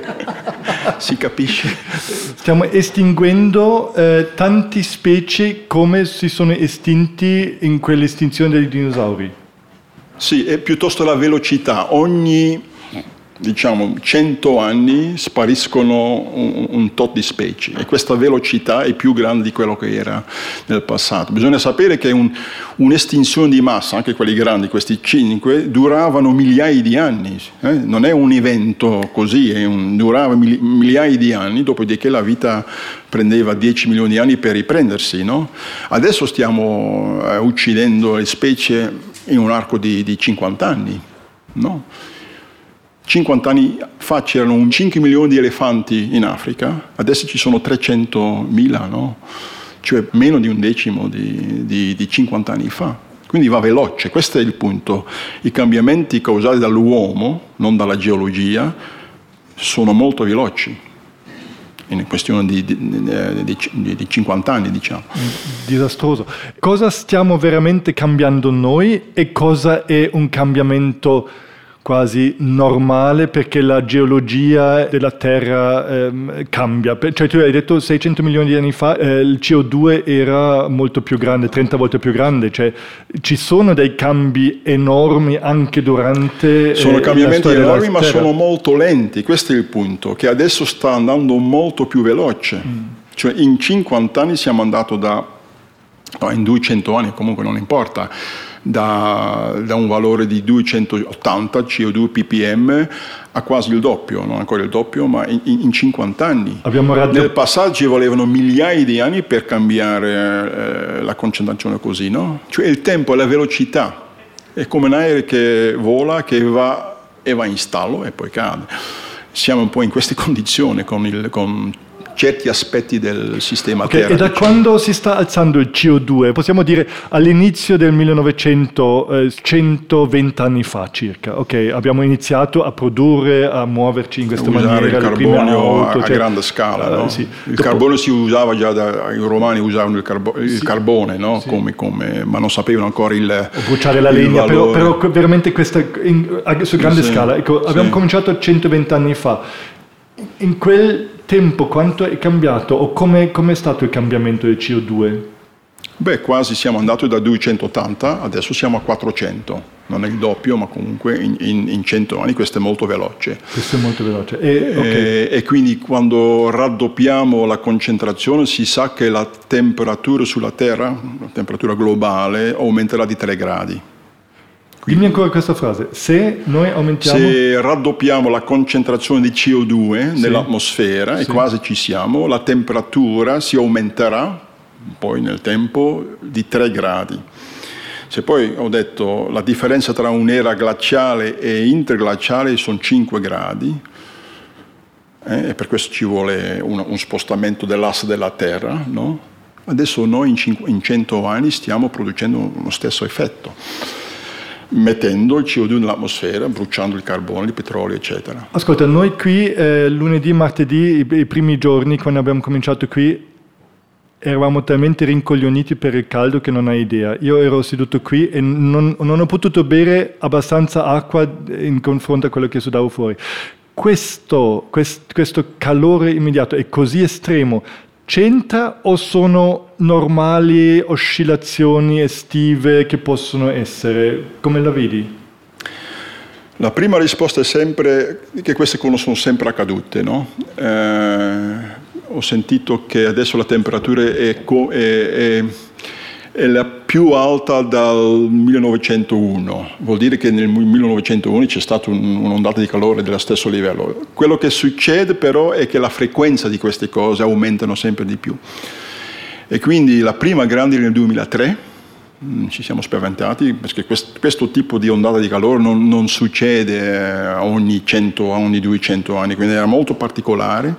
Si capisce. Stiamo estinguendo eh, tante specie come si sono estinti in quell'estinzione dei dinosauri. Sì, è piuttosto la velocità. Ogni diciamo cento anni spariscono un, un tot di specie e questa velocità è più grande di quello che era nel passato. Bisogna sapere che un, un'estinzione di massa, anche quelli grandi, questi cinque, duravano migliaia di anni, eh? Non è un evento così, è un, durava mili, migliaia di anni, dopodiché la vita prendeva dieci milioni di anni per riprendersi, no? Adesso stiamo eh, uccidendo le specie in un arco di, di cinquanta anni, no? cinquanta anni fa c'erano cinque milioni di elefanti in Africa, adesso ci sono trecentomila, no? Cioè meno di un decimo di, di, di cinquanta anni fa. Quindi va veloce, questo è il punto. I cambiamenti causati dall'uomo, non dalla geologia, sono molto veloci, in questione di, di, di, di, di cinquanta anni, diciamo. Disastroso. Cosa stiamo veramente cambiando noi e cosa è un cambiamento quasi normale perché la geologia della Terra ehm, cambia? Cioè tu hai detto seicento milioni di anni fa eh, il C O due era molto più grande, trenta volte più grande, cioè ci sono dei cambi enormi anche durante sono eh, cambiamenti enormi ma sono molto lenti, questo è il punto, che adesso sta andando molto più veloce. Mm. Cioè in cinquanta anni siamo andati da no, in duecento anni comunque non importa, Da, da un valore di duecentottanta C O due ppm a quasi il doppio, non ancora il doppio, ma in, in cinquanta anni. Abbiamo radio... Nel passaggio ci volevano migliaia di anni per cambiare eh, la concentrazione così, no? Cioè il tempo e la velocità, è come un aereo che vola, che va e va in stallo e poi cade. Siamo un po' in queste condizioni con, il, con certi aspetti del sistema okay, Terra. E da diciamo. quando si sta alzando il C O due? Possiamo dire all'inizio del millenovecento, eh, centoventi anni fa circa. Ok, abbiamo iniziato a produrre, a muoverci in questa usare maniera. Il carbonio auto, a, cioè, a grande scala. Uh, no? sì. Il Dopo, carbone si usava già, da, i romani usavano il, carbo, il sì, carbone, no? sì. come, come, ma non sapevano ancora il o bruciare la legna, però, però veramente questa, in, su grande sì, scala. Ecco, abbiamo sì. cominciato centoventi anni fa. In quel tempo quanto è cambiato o come è stato il cambiamento del C O due? Beh, quasi siamo andati da duecentottanta, adesso siamo a quattrocento. Non è il doppio, ma comunque in, in, in cento anni questo è molto veloce. Questo è molto veloce. E, okay. e, e quindi quando raddoppiamo la concentrazione si sa che la temperatura sulla Terra, la temperatura globale, aumenterà di tre gradi. Dimmi ancora questa frase, se noi aumentiamo... Se raddoppiamo la concentrazione di C O due sì. nell'atmosfera, sì. e quasi ci siamo, la temperatura si aumenterà, poi nel tempo, di tre gradi. Se poi ho detto la differenza tra un'era glaciale e interglaciale sono cinque gradi, eh, e per questo ci vuole un, un spostamento dell'asse della Terra, no? Adesso noi in, cinque, in cento anni stiamo producendo lo stesso effetto, mettendo il C O due nell'atmosfera, bruciando il carbone, il petrolio, eccetera. Ascolta, noi qui eh, lunedì, martedì, i, i primi giorni, quando abbiamo cominciato qui, eravamo talmente rincoglioniti per il caldo che non hai idea. Io ero seduto qui e non, non ho potuto bere abbastanza acqua in confronto a quello che sudavo fuori. Questo, quest, questo calore immediato è così estremo. C'entra o sono normali oscillazioni estive che possono essere? Come la vedi? La prima risposta è sempre che queste cose sono sempre accadute, no? Eh, ho sentito che adesso la temperatura è, è, è, è la più alta dal millenovecentouno. Vuol dire che nel millenovecentouno c'è stata un, un'ondata di calore dello stesso livello. Quello che succede però è che la frequenza di queste cose aumentano sempre di più. E quindi la prima grande nel duemilatré, mh, ci siamo spaventati perché quest, questo tipo di ondata di calore non, non succede a ogni cento, a ogni duecento anni, quindi era molto particolare.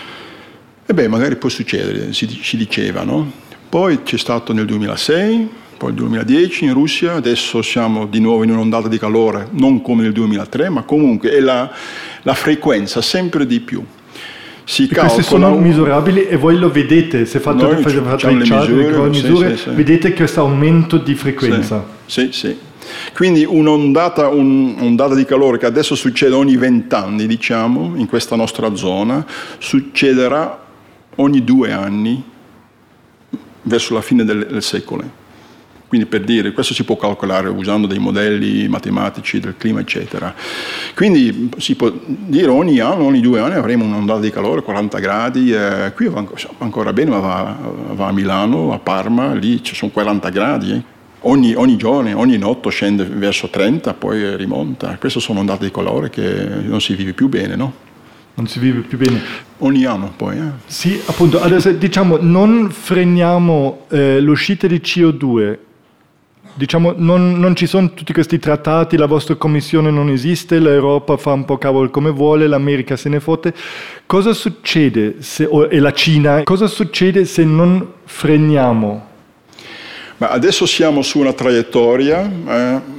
E beh, magari può succedere, si, si diceva, no? Poi c'è stato nel duemilasei, poi nel duemiladieci in Russia, adesso siamo di nuovo in un'ondata di calore, non come nel duemilatré, ma comunque è la, la frequenza sempre di più. Si e questi sono misurabili e voi lo vedete, se fate, noi fate, fate le chart, misure, le misure sì, sì, sì. vedete questo aumento di frequenza. Sì, sì, sì. Quindi un'ondata, un'ondata di calore che adesso succede ogni vent'anni, diciamo, in questa nostra zona, succederà ogni due anni verso la fine del, del secolo. Quindi per dire, questo si può calcolare usando dei modelli matematici del clima, eccetera. Quindi si può dire ogni anno, ogni due anni avremo un'ondata di calore, quaranta gradi, eh, qui va ancora bene, ma va, va a Milano, a Parma, lì ci sono quaranta gradi. Eh. Ogni, ogni giorno, ogni notte scende verso trenta, poi rimonta. Queste sono ondate di calore che non si vive più bene, no? Non si vive più bene. Ogni anno poi. Eh. Sì, appunto, adesso diciamo non freniamo eh, l'uscita di C O due, diciamo non, non ci sono tutti questi trattati, la vostra commissione non esiste, l'Europa fa un po' cavolo come vuole, l'America se ne fotte. Cosa succede se, o, e la Cina, cosa succede se non freniamo? Ma adesso siamo su una traiettoria, eh,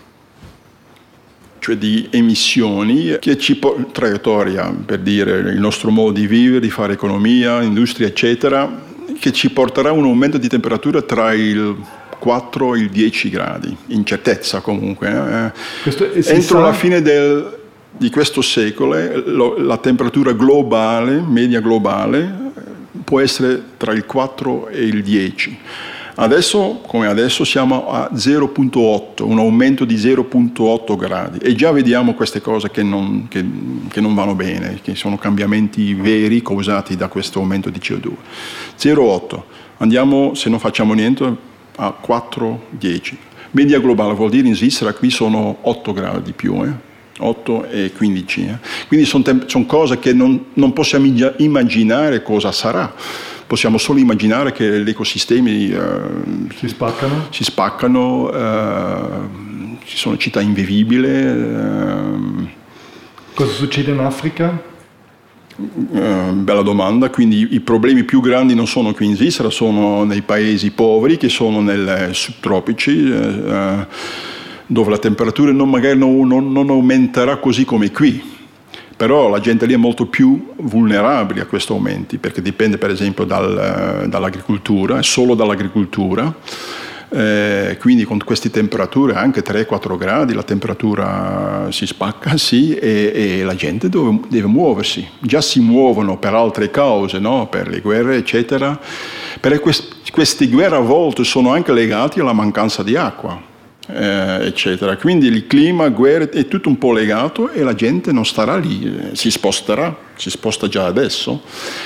cioè di emissioni, che ci po- traiettoria per dire il nostro modo di vivere, di fare economia, industria, eccetera, che ci porterà a un aumento di temperatura tra il quattro e il dieci gradi, incertezza comunque. Eh. Entro la fine del, di questo secolo lo, la temperatura globale, media globale, può essere tra il quattro e il dieci. Adesso, come adesso, siamo a zero virgola otto, un aumento di zero virgola otto gradi e già vediamo queste cose che non, che, che non vanno bene, che sono cambiamenti veri causati da questo aumento di C O due. zero virgola otto, andiamo, se non facciamo niente, a quattro dieci. Media globale vuol dire in Svizzera qui sono otto gradi di più, eh? otto e quindici. Eh? Quindi sono, tem- sono cose che non, non possiamo immaginare cosa sarà. Possiamo solo immaginare che gli ecosistemi eh, si spaccano, si spaccano eh, ci sono città invivibili. Ehm. Cosa succede in Africa? Uh, bella domanda. Quindi i problemi più grandi non sono qui in Svizzera, sono nei paesi poveri, che sono nei subtropici, uh, dove la temperatura non, magari non, non, non aumenterà così come qui. Però la gente lì è molto più vulnerabile a questi aumenti, perché dipende per esempio dal, dall'agricoltura, solo dall'agricoltura, eh, quindi con queste temperature anche tre quattro gradi la temperatura si spacca, sì, e, e la gente deve, deve muoversi. Già si muovono per altre cause, no? Per le guerre eccetera, perché quest, queste guerre a volte sono anche legate alla mancanza di acqua. Eh, eccetera. Quindi il clima, guerre, è tutto un po' legato e la gente non starà lì, eh, si sposterà, si sposta già adesso.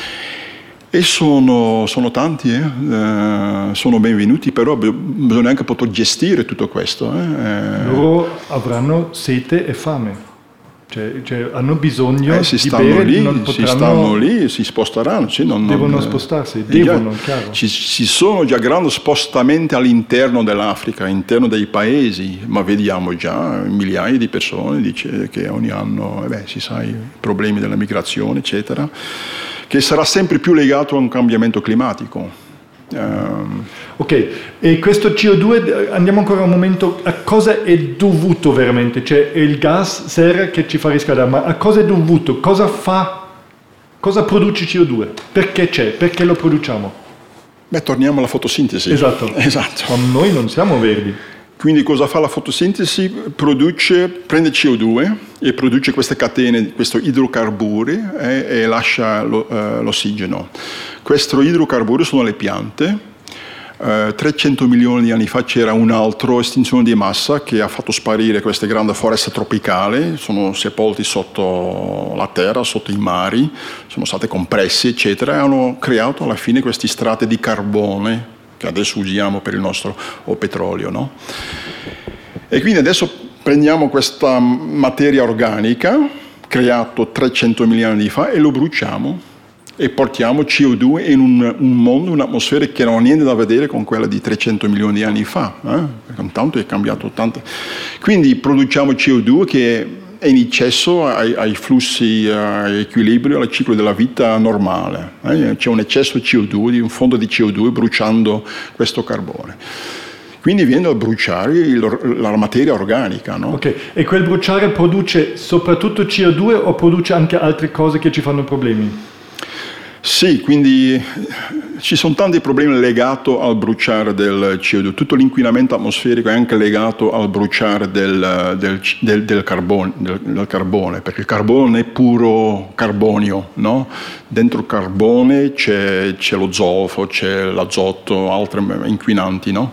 E sono, sono tanti, eh, eh, sono benvenuti, però bisogna anche poter gestire tutto questo. Eh. Loro avranno sete e fame. Cioè, cioè hanno bisogno eh, si di stanno bere, lì, non potranno, si stanno lì, si sposteranno. Cioè non, devono non, spostarsi, devono, già, chiaro. Ci, ci sono già grandi spostamenti all'interno dell'Africa, all'interno dei paesi, ma vediamo già migliaia di persone dice, che ogni anno, eh beh, si sa, i problemi della migrazione, eccetera, che sarà sempre più legato a un cambiamento climatico. Um, ok, e questo C O due, andiamo ancora un momento, a cosa è dovuto veramente? Cioè è il gas serra che ci fa riscaldare, ma a cosa è dovuto? Cosa fa, cosa produce C O due? Perché c'è? Perché lo produciamo? Beh, torniamo alla fotosintesi. Esatto, esatto. Ma noi non siamo verdi. Quindi cosa fa la fotosintesi? Produce, prende C O due e produce queste catene, questo idrocarburi eh, e lascia lo, eh, l'ossigeno. Questo idrocarburi sono le piante. Uh, trecento milioni di anni fa c'era un'altra estinzione di massa che ha fatto sparire queste grandi foreste tropicali, sono sepolti sotto la terra, sotto i mari, sono state compressi, eccetera, e hanno creato alla fine questi strati di carbone che adesso usiamo per il nostro o petrolio, no? E quindi adesso prendiamo questa materia organica, creato trecento milioni di fa, e lo bruciamo e portiamo C O due in un, un mondo, un'atmosfera che non ha niente da vedere con quella di trecento milioni di anni fa, eh? Perché intanto è cambiato tanto. Quindi produciamo C O due che è in eccesso ai, ai flussi, all'equilibrio, al ciclo della vita normale. Eh? C'è un eccesso di C O due, di un fondo di C O due bruciando questo carbone. Quindi viene a bruciare il, la materia organica, no? Ok, e quel bruciare produce soprattutto C O due o produce anche altre cose che ci fanno problemi? Sì, quindi ci sono tanti problemi legati al bruciare del C O due. Tutto l'inquinamento atmosferico è anche legato al bruciare del, del, del, del, carbone, del, del carbone, perché il carbone è puro carbonio, no? Dentro il carbone c'è, c'è lo zolfo, c'è l'azoto, altri inquinanti, no?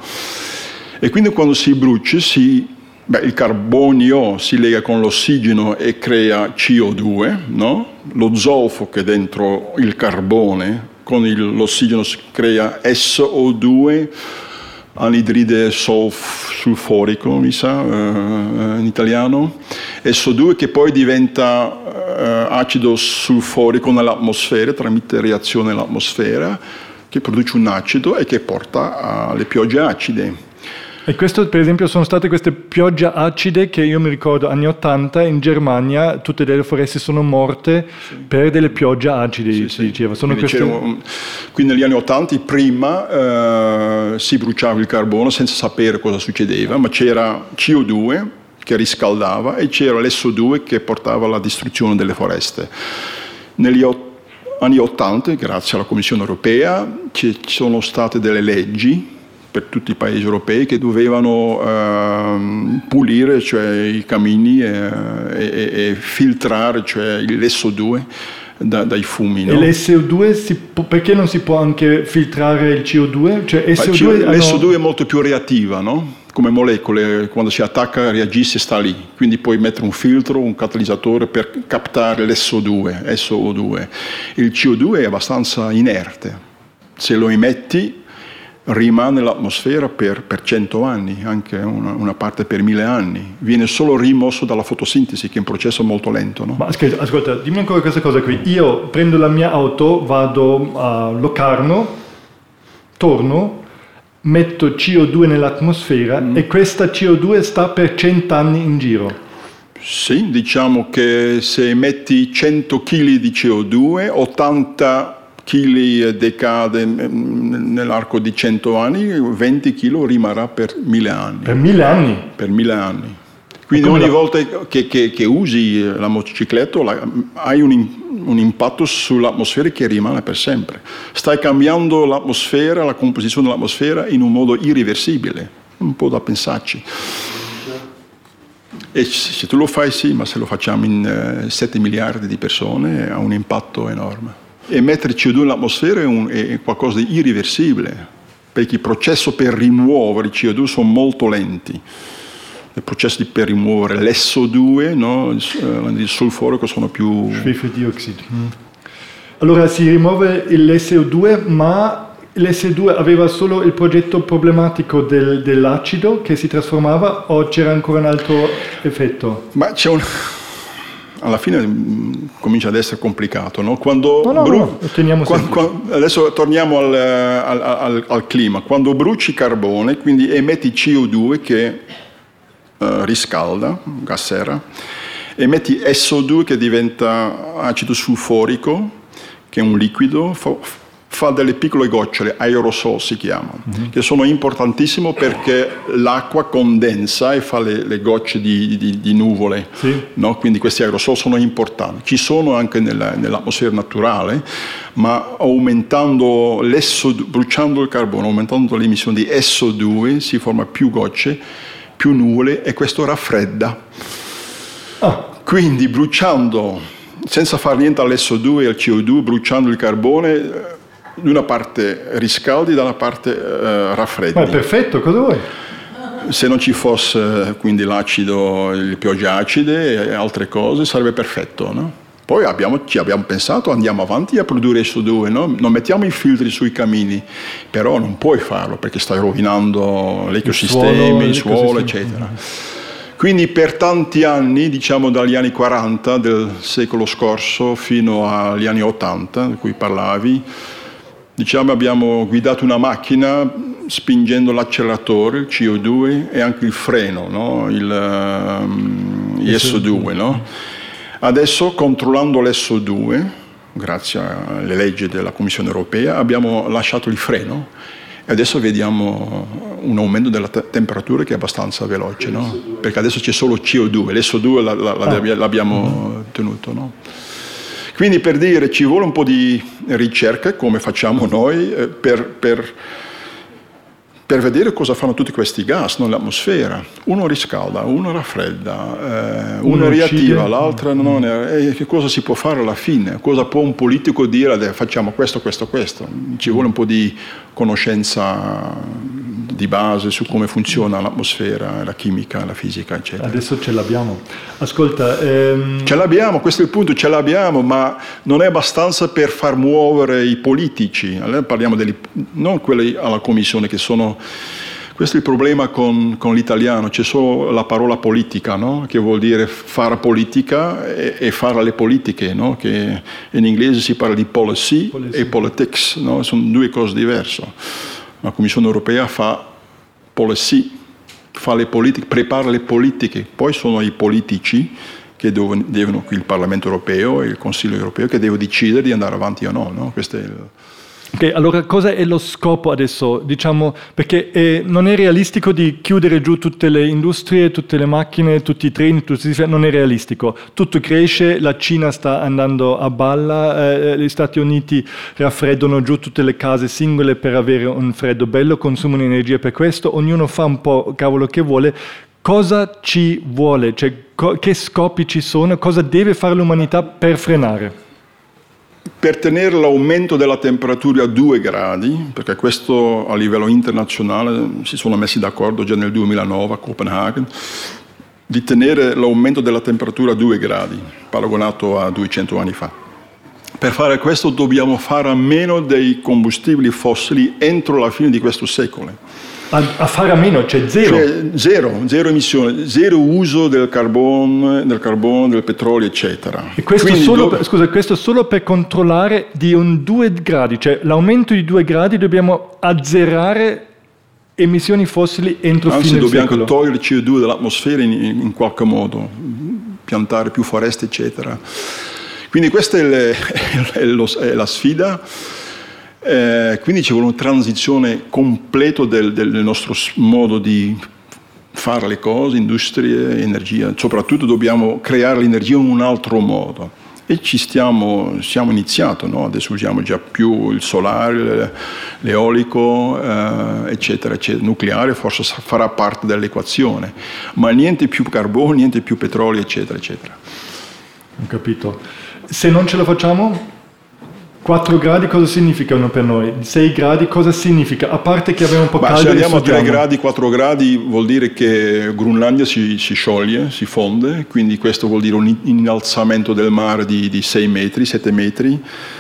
E quindi quando si brucia si... Beh, il carbonio si lega con l'ossigeno e crea C O due, no? Lo zolfo che è dentro il carbone con il, l'ossigeno crea S O due, anidride solf- sulforico, mi sa, uh, in italiano, S O due che poi diventa uh, acido sulforico nell'atmosfera tramite reazione nell'atmosfera, che produce un acido e che porta alle piogge acide. E questo, per esempio, sono state queste piogge acide che io mi ricordo anni ottanta in Germania, tutte delle foreste sono morte sì. per delle piogge acide, sì, si sì. diceva. Sono quindi, queste... quindi negli anni ottanta prima eh, si bruciava il carbone senza sapere cosa succedeva, ma c'era C O due che riscaldava e c'era l'S O due che portava alla distruzione delle foreste. Negli anni ottanta, grazie alla Commissione europea, ci sono state delle leggi per tutti i paesi europei che dovevano uh, pulire, cioè i camini e, e, e filtrare, cioè l'S O due da, dai fumi. No? E l'S O due si può, perché non si può anche filtrare il C O due? Cioè, S O due l'S O due hanno... è molto più reattiva, no? Come molecole, quando si attacca reagisce, sta lì. Quindi puoi mettere un filtro, un catalizzatore per captare l'S O due, S O due. Il C O due è abbastanza inerte. Se lo emetti rimane nell'atmosfera per, per cento anni, anche una, una parte per mille anni. Viene solo rimosso dalla fotosintesi, che è un processo molto lento. No? Ma ascolta, ascolta, dimmi ancora questa cosa qui. Io prendo la mia auto, vado a Locarno, torno, metto C O due nell'atmosfera mm. e questa C O due sta per cent'anni in giro. Sì, diciamo che se emetti cento chili di C O due, ottanta chili decade nell'arco di cento anni, venti chili rimarrà per mille anni. Per mille anni? Per mille anni. Quindi ogni la... volta che, che, che usi la motocicletta la, hai un, un impatto sull'atmosfera che rimane per sempre. Stai cambiando l'atmosfera, la composizione dell'atmosfera in un modo irreversibile. Un po' da pensarci. E se tu lo fai sì, ma se lo facciamo in uh, sette miliardi di persone ha un impatto enorme. E mettere C O due nell'atmosfera è, un, è qualcosa di irreversibile, perché i processi per rimuovere il C O due sono molto lenti. Il processo per rimuovere l'S O due, no, il sulfurico sono più... Schwefeldioxid. Mm. Allora si rimuove l'S O due, ma l'S O due aveva solo il progetto problematico del, dell'acido che si trasformava o c'era ancora un altro effetto? Ma c'è un... Alla fine mh, comincia ad essere complicato, no? Quando no, no, bru... no, teniamo quando, quando, adesso torniamo al, al, al, al clima. Quando bruci carbone, quindi emetti C O due che... Uh, riscalda, gas sera, e metti S O due che diventa acido sulfurico, che è un liquido, fa, fa delle piccole gocciole, aerosol si chiamano, mm-hmm. che sono importantissime perché l'acqua condensa e fa le, le gocce di, di, di nuvole, sì. no? Quindi questi aerosol sono importanti. Ci sono anche nella, nell'atmosfera naturale, ma aumentando l'S O due, bruciando il carbone, aumentando l'emissione di S O due, si forma più gocce, più nuvole e questo raffredda. Ah. Quindi bruciando, senza fare niente all'S O due e al C O due, bruciando il carbone, da una parte riscaldi, dalla parte uh, raffreddi. Ma è perfetto, cosa vuoi? Se non ci fosse quindi l'acido, le piogge acide e altre cose, sarebbe perfetto, no? Poi abbiamo, ci abbiamo pensato, andiamo avanti a produrre S O due, no? Non mettiamo i filtri sui cammini, però non puoi farlo perché stai rovinando l'ecosistema, il suolo, suolo eccetera. Quindi per tanti anni, diciamo dagli anni quaranta del secolo scorso fino agli anni ottanta, di cui parlavi, diciamo abbiamo guidato una macchina spingendo l'acceleratore, il C O due, e anche il freno, no? il, um, il S O due, no? Adesso, controllando l'S O due, grazie alle leggi della Commissione Europea, abbiamo lasciato il freno e adesso vediamo un aumento della te- temperatura che è abbastanza veloce, no? Perché adesso c'è solo C O due, l'S O due la, la, la, l'abbiamo tenuto, no? Quindi per dire, ci vuole un po' di ricerca, come facciamo noi, eh, per... per per vedere cosa fanno tutti questi gas nell'atmosfera. Uno riscalda, uno raffredda, eh, uno, uno riattiva, l'altro non è. E che cosa si può fare alla fine? Cosa può un politico dire? Facciamo questo, questo, questo. Ci vuole un po' di conoscenza di base su come funziona l'atmosfera, la chimica, la fisica, eccetera. Adesso ce l'abbiamo. Ascolta... Ehm... Ce l'abbiamo, questo è il punto, ce l'abbiamo, ma non è abbastanza per far muovere i politici. Allora parliamo degli, non quelli alla Commissione che sono... Questo è il problema con, con l'italiano, c'è solo la parola politica, no? Che vuol dire fare politica e, e fare le politiche, no? Che in inglese si parla di policy, policy. E politics, no? Sono due cose diverse. La Commissione Europea fa policy, fa le politiche, prepara le politiche, poi sono i politici che devono, devono il Parlamento Europeo e il Consiglio Europeo che devono decidere di andare avanti o no, no? Questo è il... Ok, allora cosa è lo scopo adesso? Diciamo, perché eh, non è realistico di chiudere giù tutte le industrie, tutte le macchine, tutti i treni, tutti, non è realistico. Tutto cresce, la Cina sta andando a balla, eh, gli Stati Uniti raffreddano giù tutte le case singole per avere un freddo bello, consumano energia per questo, ognuno fa un po' cavolo che vuole. Cosa ci vuole? Cioè, co- che scopi ci sono? Cosa deve fare l'umanità per frenare? Per tenere l'aumento della temperatura a due gradi, perché questo a livello internazionale si sono messi d'accordo già nel duemilanove a Copenaghen, di tenere l'aumento della temperatura a due gradi, paragonato a duecento anni fa. Per fare questo dobbiamo fare a meno dei combustibili fossili entro la fine di questo secolo. A, a fare a meno, cioè zero? Cioè, zero, zero emissione, zero uso del carbone, del carbone, del petrolio, eccetera. E questo solo, do... per, scusa, questo solo per controllare di un due gradi, cioè l'aumento di due gradi dobbiamo azzerare emissioni fossili entro Anzi, fine dobbiamo secolo. togliere il C O due dall'atmosfera in, in qualche modo, piantare più foreste, eccetera. Quindi questa è, le, è, lo, è la sfida. Eh, quindi ci vuole una transizione completa del, del nostro modo di fare le cose, industrie, energia. Soprattutto dobbiamo creare l'energia in un altro modo. E ci stiamo, siamo iniziato, no? Adesso usiamo già più il solare, l'eolico, eh, eccetera, eccetera. Nucleare forse farà parte dell'equazione, ma niente più carbone, niente più petrolio, eccetera, eccetera. Ho capito. Se non ce la facciamo, quattro gradi cosa significano per noi? sei gradi cosa significa? A parte che abbiamo un po' Ma caldo. Se andiamo a tre gradi, quattro gradi vuol dire che Groenlandia si, si scioglie, si fonde, quindi questo vuol dire un innalzamento del mare di, di sei metri, sette metri.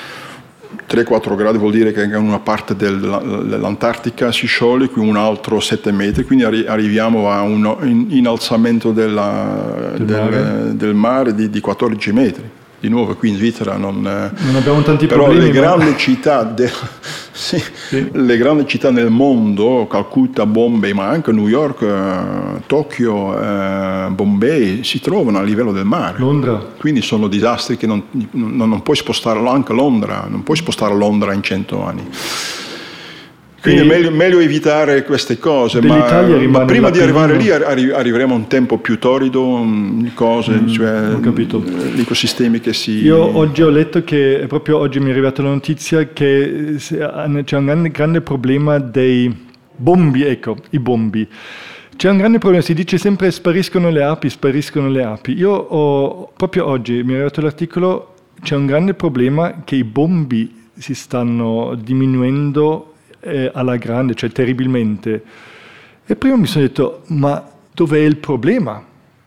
tre quattro gradi vuol dire che una parte dell'Antartica si scioglie, qui un altro sette metri, quindi arri- arriviamo a un innalzamento della, del, del mare, del mare di, di quattordici metri. Di nuovo qui in Svizzera non, non abbiamo tanti però problemi. Le grandi, ma... città de, sì, sì. le grandi città nel mondo, Calcutta, Bombay, ma anche New York, eh, Tokyo, eh, Bombay, si trovano a livello del mare. Londra. Quindi sono disastri che non, non, non puoi spostare, anche Londra, non puoi spostare Londra in cento anni. Quindi è meglio, meglio evitare queste cose, ma, ma prima di arrivare lì arri- arriveremo a un tempo più torrido, cose, mm, cioè ho capito. Gli ecosistemi che si... Io oggi ho letto che, proprio oggi mi è arrivata la notizia che c'è un grande, grande problema dei bombi, ecco, i bombi. C'è un grande problema, si dice sempre spariscono le api, spariscono le api. Io ho, proprio oggi mi è arrivato l'articolo, c'è un grande problema che i bombi si stanno diminuendo alla grande, cioè terribilmente. E prima mi sono detto, ma dov'è il problema?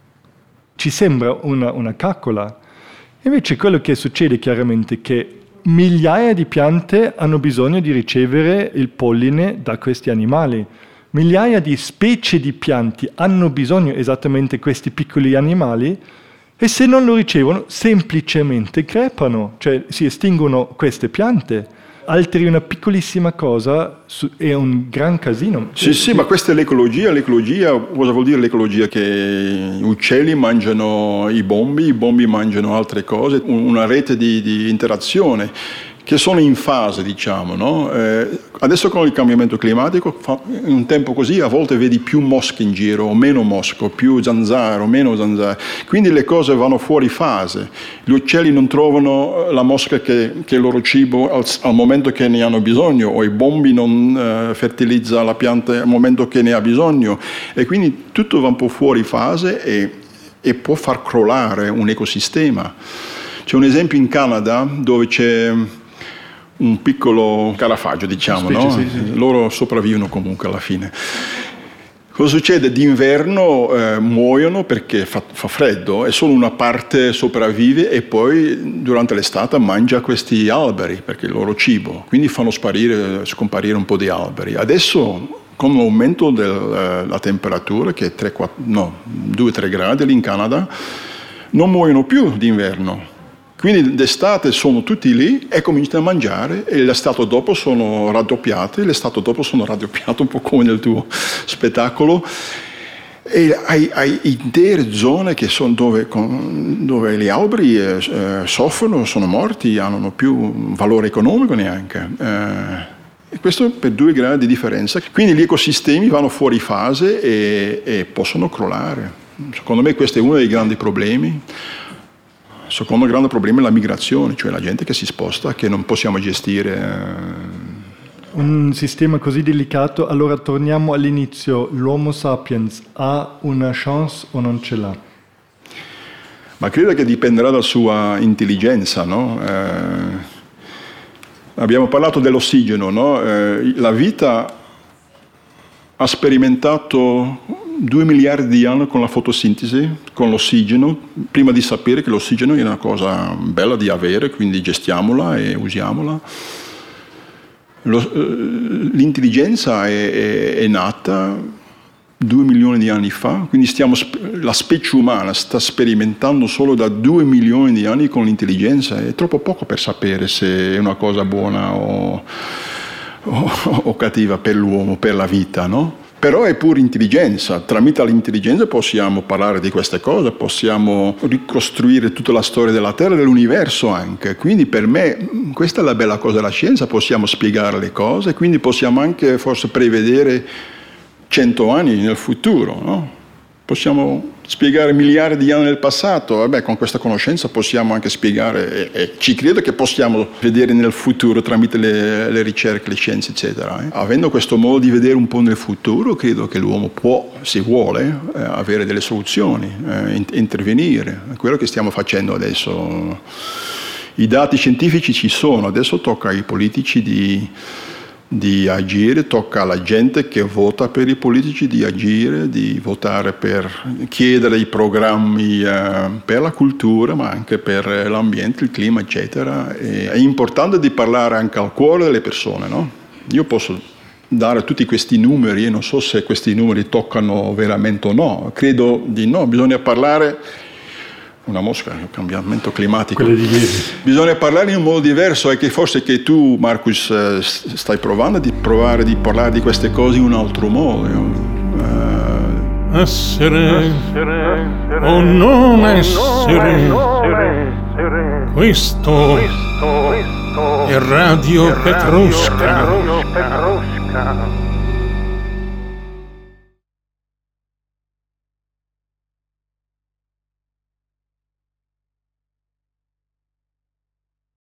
Ci sembra una, una caccola. Invece quello che succede chiaramente è che migliaia di piante hanno bisogno di ricevere il polline da questi animali. Migliaia di specie di piante hanno bisogno esattamente di questi piccoli animali e se non lo ricevono semplicemente crepano, cioè si estinguono queste piante. Altri una piccolissima cosa è un gran casino. Sì, sì, ma questa è l'ecologia. L'ecologia, cosa vuol dire l'ecologia? Che gli uccelli mangiano i bombi, i bombi mangiano altre cose, una rete di, di interazione che sono in fase, diciamo, no? Eh, adesso con il cambiamento climatico, fa, in un tempo così, a volte vedi più mosche in giro, o meno mosche, più zanzare, o meno zanzare. Quindi le cose vanno fuori fase. Gli uccelli non trovano la mosca che, che è il loro cibo al, al momento che ne hanno bisogno, o i bombi non eh, fertilizza la pianta al momento che ne ha bisogno. E quindi tutto va un po' fuori fase e, e può far crollare un ecosistema. C'è un esempio in Canada dove c'è un piccolo carafaggio, diciamo, specie, no? Sì, sì. Loro sopravvivono comunque alla fine. Cosa succede? D'inverno eh, muoiono perché fa, fa freddo e solo una parte sopravvive e poi durante l'estate mangia questi alberi perché è il loro cibo, quindi fanno sparire, scomparire un po' di alberi. Adesso con l'aumento della temperatura, che è tre, quattro, no, due tre gradi lì in Canada, non muoiono più d'inverno. Quindi d'estate sono tutti lì e cominciano a mangiare e l'estate dopo sono raddoppiati, l'estate dopo sono raddoppiati un po' come nel tuo spettacolo. E hai, hai intere zone che sono dove, con, dove gli alberi eh, soffrono, sono morti, hanno più valore economico neanche. Eh, e questo per due gradi di differenza. Quindi gli ecosistemi vanno fuori fase e, e possono crollare. Secondo me questo è uno dei grandi problemi. Il secondo grande problema è la migrazione, cioè la gente che si sposta, che non possiamo gestire. Un sistema così delicato, allora torniamo all'inizio. L'Homo sapiens ha una chance o non ce l'ha? Ma credo che dipenderà dalla sua intelligenza, no? Eh, abbiamo parlato dell'ossigeno, no? Eh, la vita ha sperimentato due miliardi di anni con la fotosintesi, con l'ossigeno, prima di sapere che l'ossigeno è una cosa bella di avere, quindi gestiamola e usiamola. Lo, l'intelligenza è, è, è nata due milioni di anni fa, quindi stiamo, la specie umana sta sperimentando solo da due milioni di anni con l'intelligenza, è troppo poco per sapere se è una cosa buona o... o, o cattiva per l'uomo, per la vita, no? Però è pure intelligenza, tramite l'intelligenza possiamo parlare di queste cose, possiamo ricostruire tutta la storia della Terra e dell'universo anche, quindi per me questa è la bella cosa della scienza, possiamo spiegare le cose, quindi possiamo anche forse prevedere cento anni nel futuro, no? Possiamo spiegare miliardi di anni nel passato, vabbè, con questa conoscenza possiamo anche spiegare, e, e ci credo che possiamo vedere nel futuro tramite le, le ricerche, le scienze, eccetera. Eh. Avendo questo modo di vedere un po' nel futuro, credo che l'uomo può, se vuole, eh, avere delle soluzioni, eh, in, intervenire. È quello che stiamo facendo adesso. I dati scientifici ci sono, adesso tocca ai politici di... di agire, tocca alla gente che vota per i politici di agire, di votare per chiedere i programmi eh, per la cultura, ma anche per l'ambiente, il clima, eccetera. E è importante di parlare anche al cuore delle persone, no? Io posso dare tutti questi numeri e non so se questi numeri toccano veramente o no, credo di no, bisogna parlare. Una mosca, il cambiamento climatico. Bisogna parlare in un modo diverso, è che forse che tu, Marcus, stai provando di provare di parlare di queste cose in un altro modo. Uh... Essere, essere o non essere, questo è Radio Petrushka.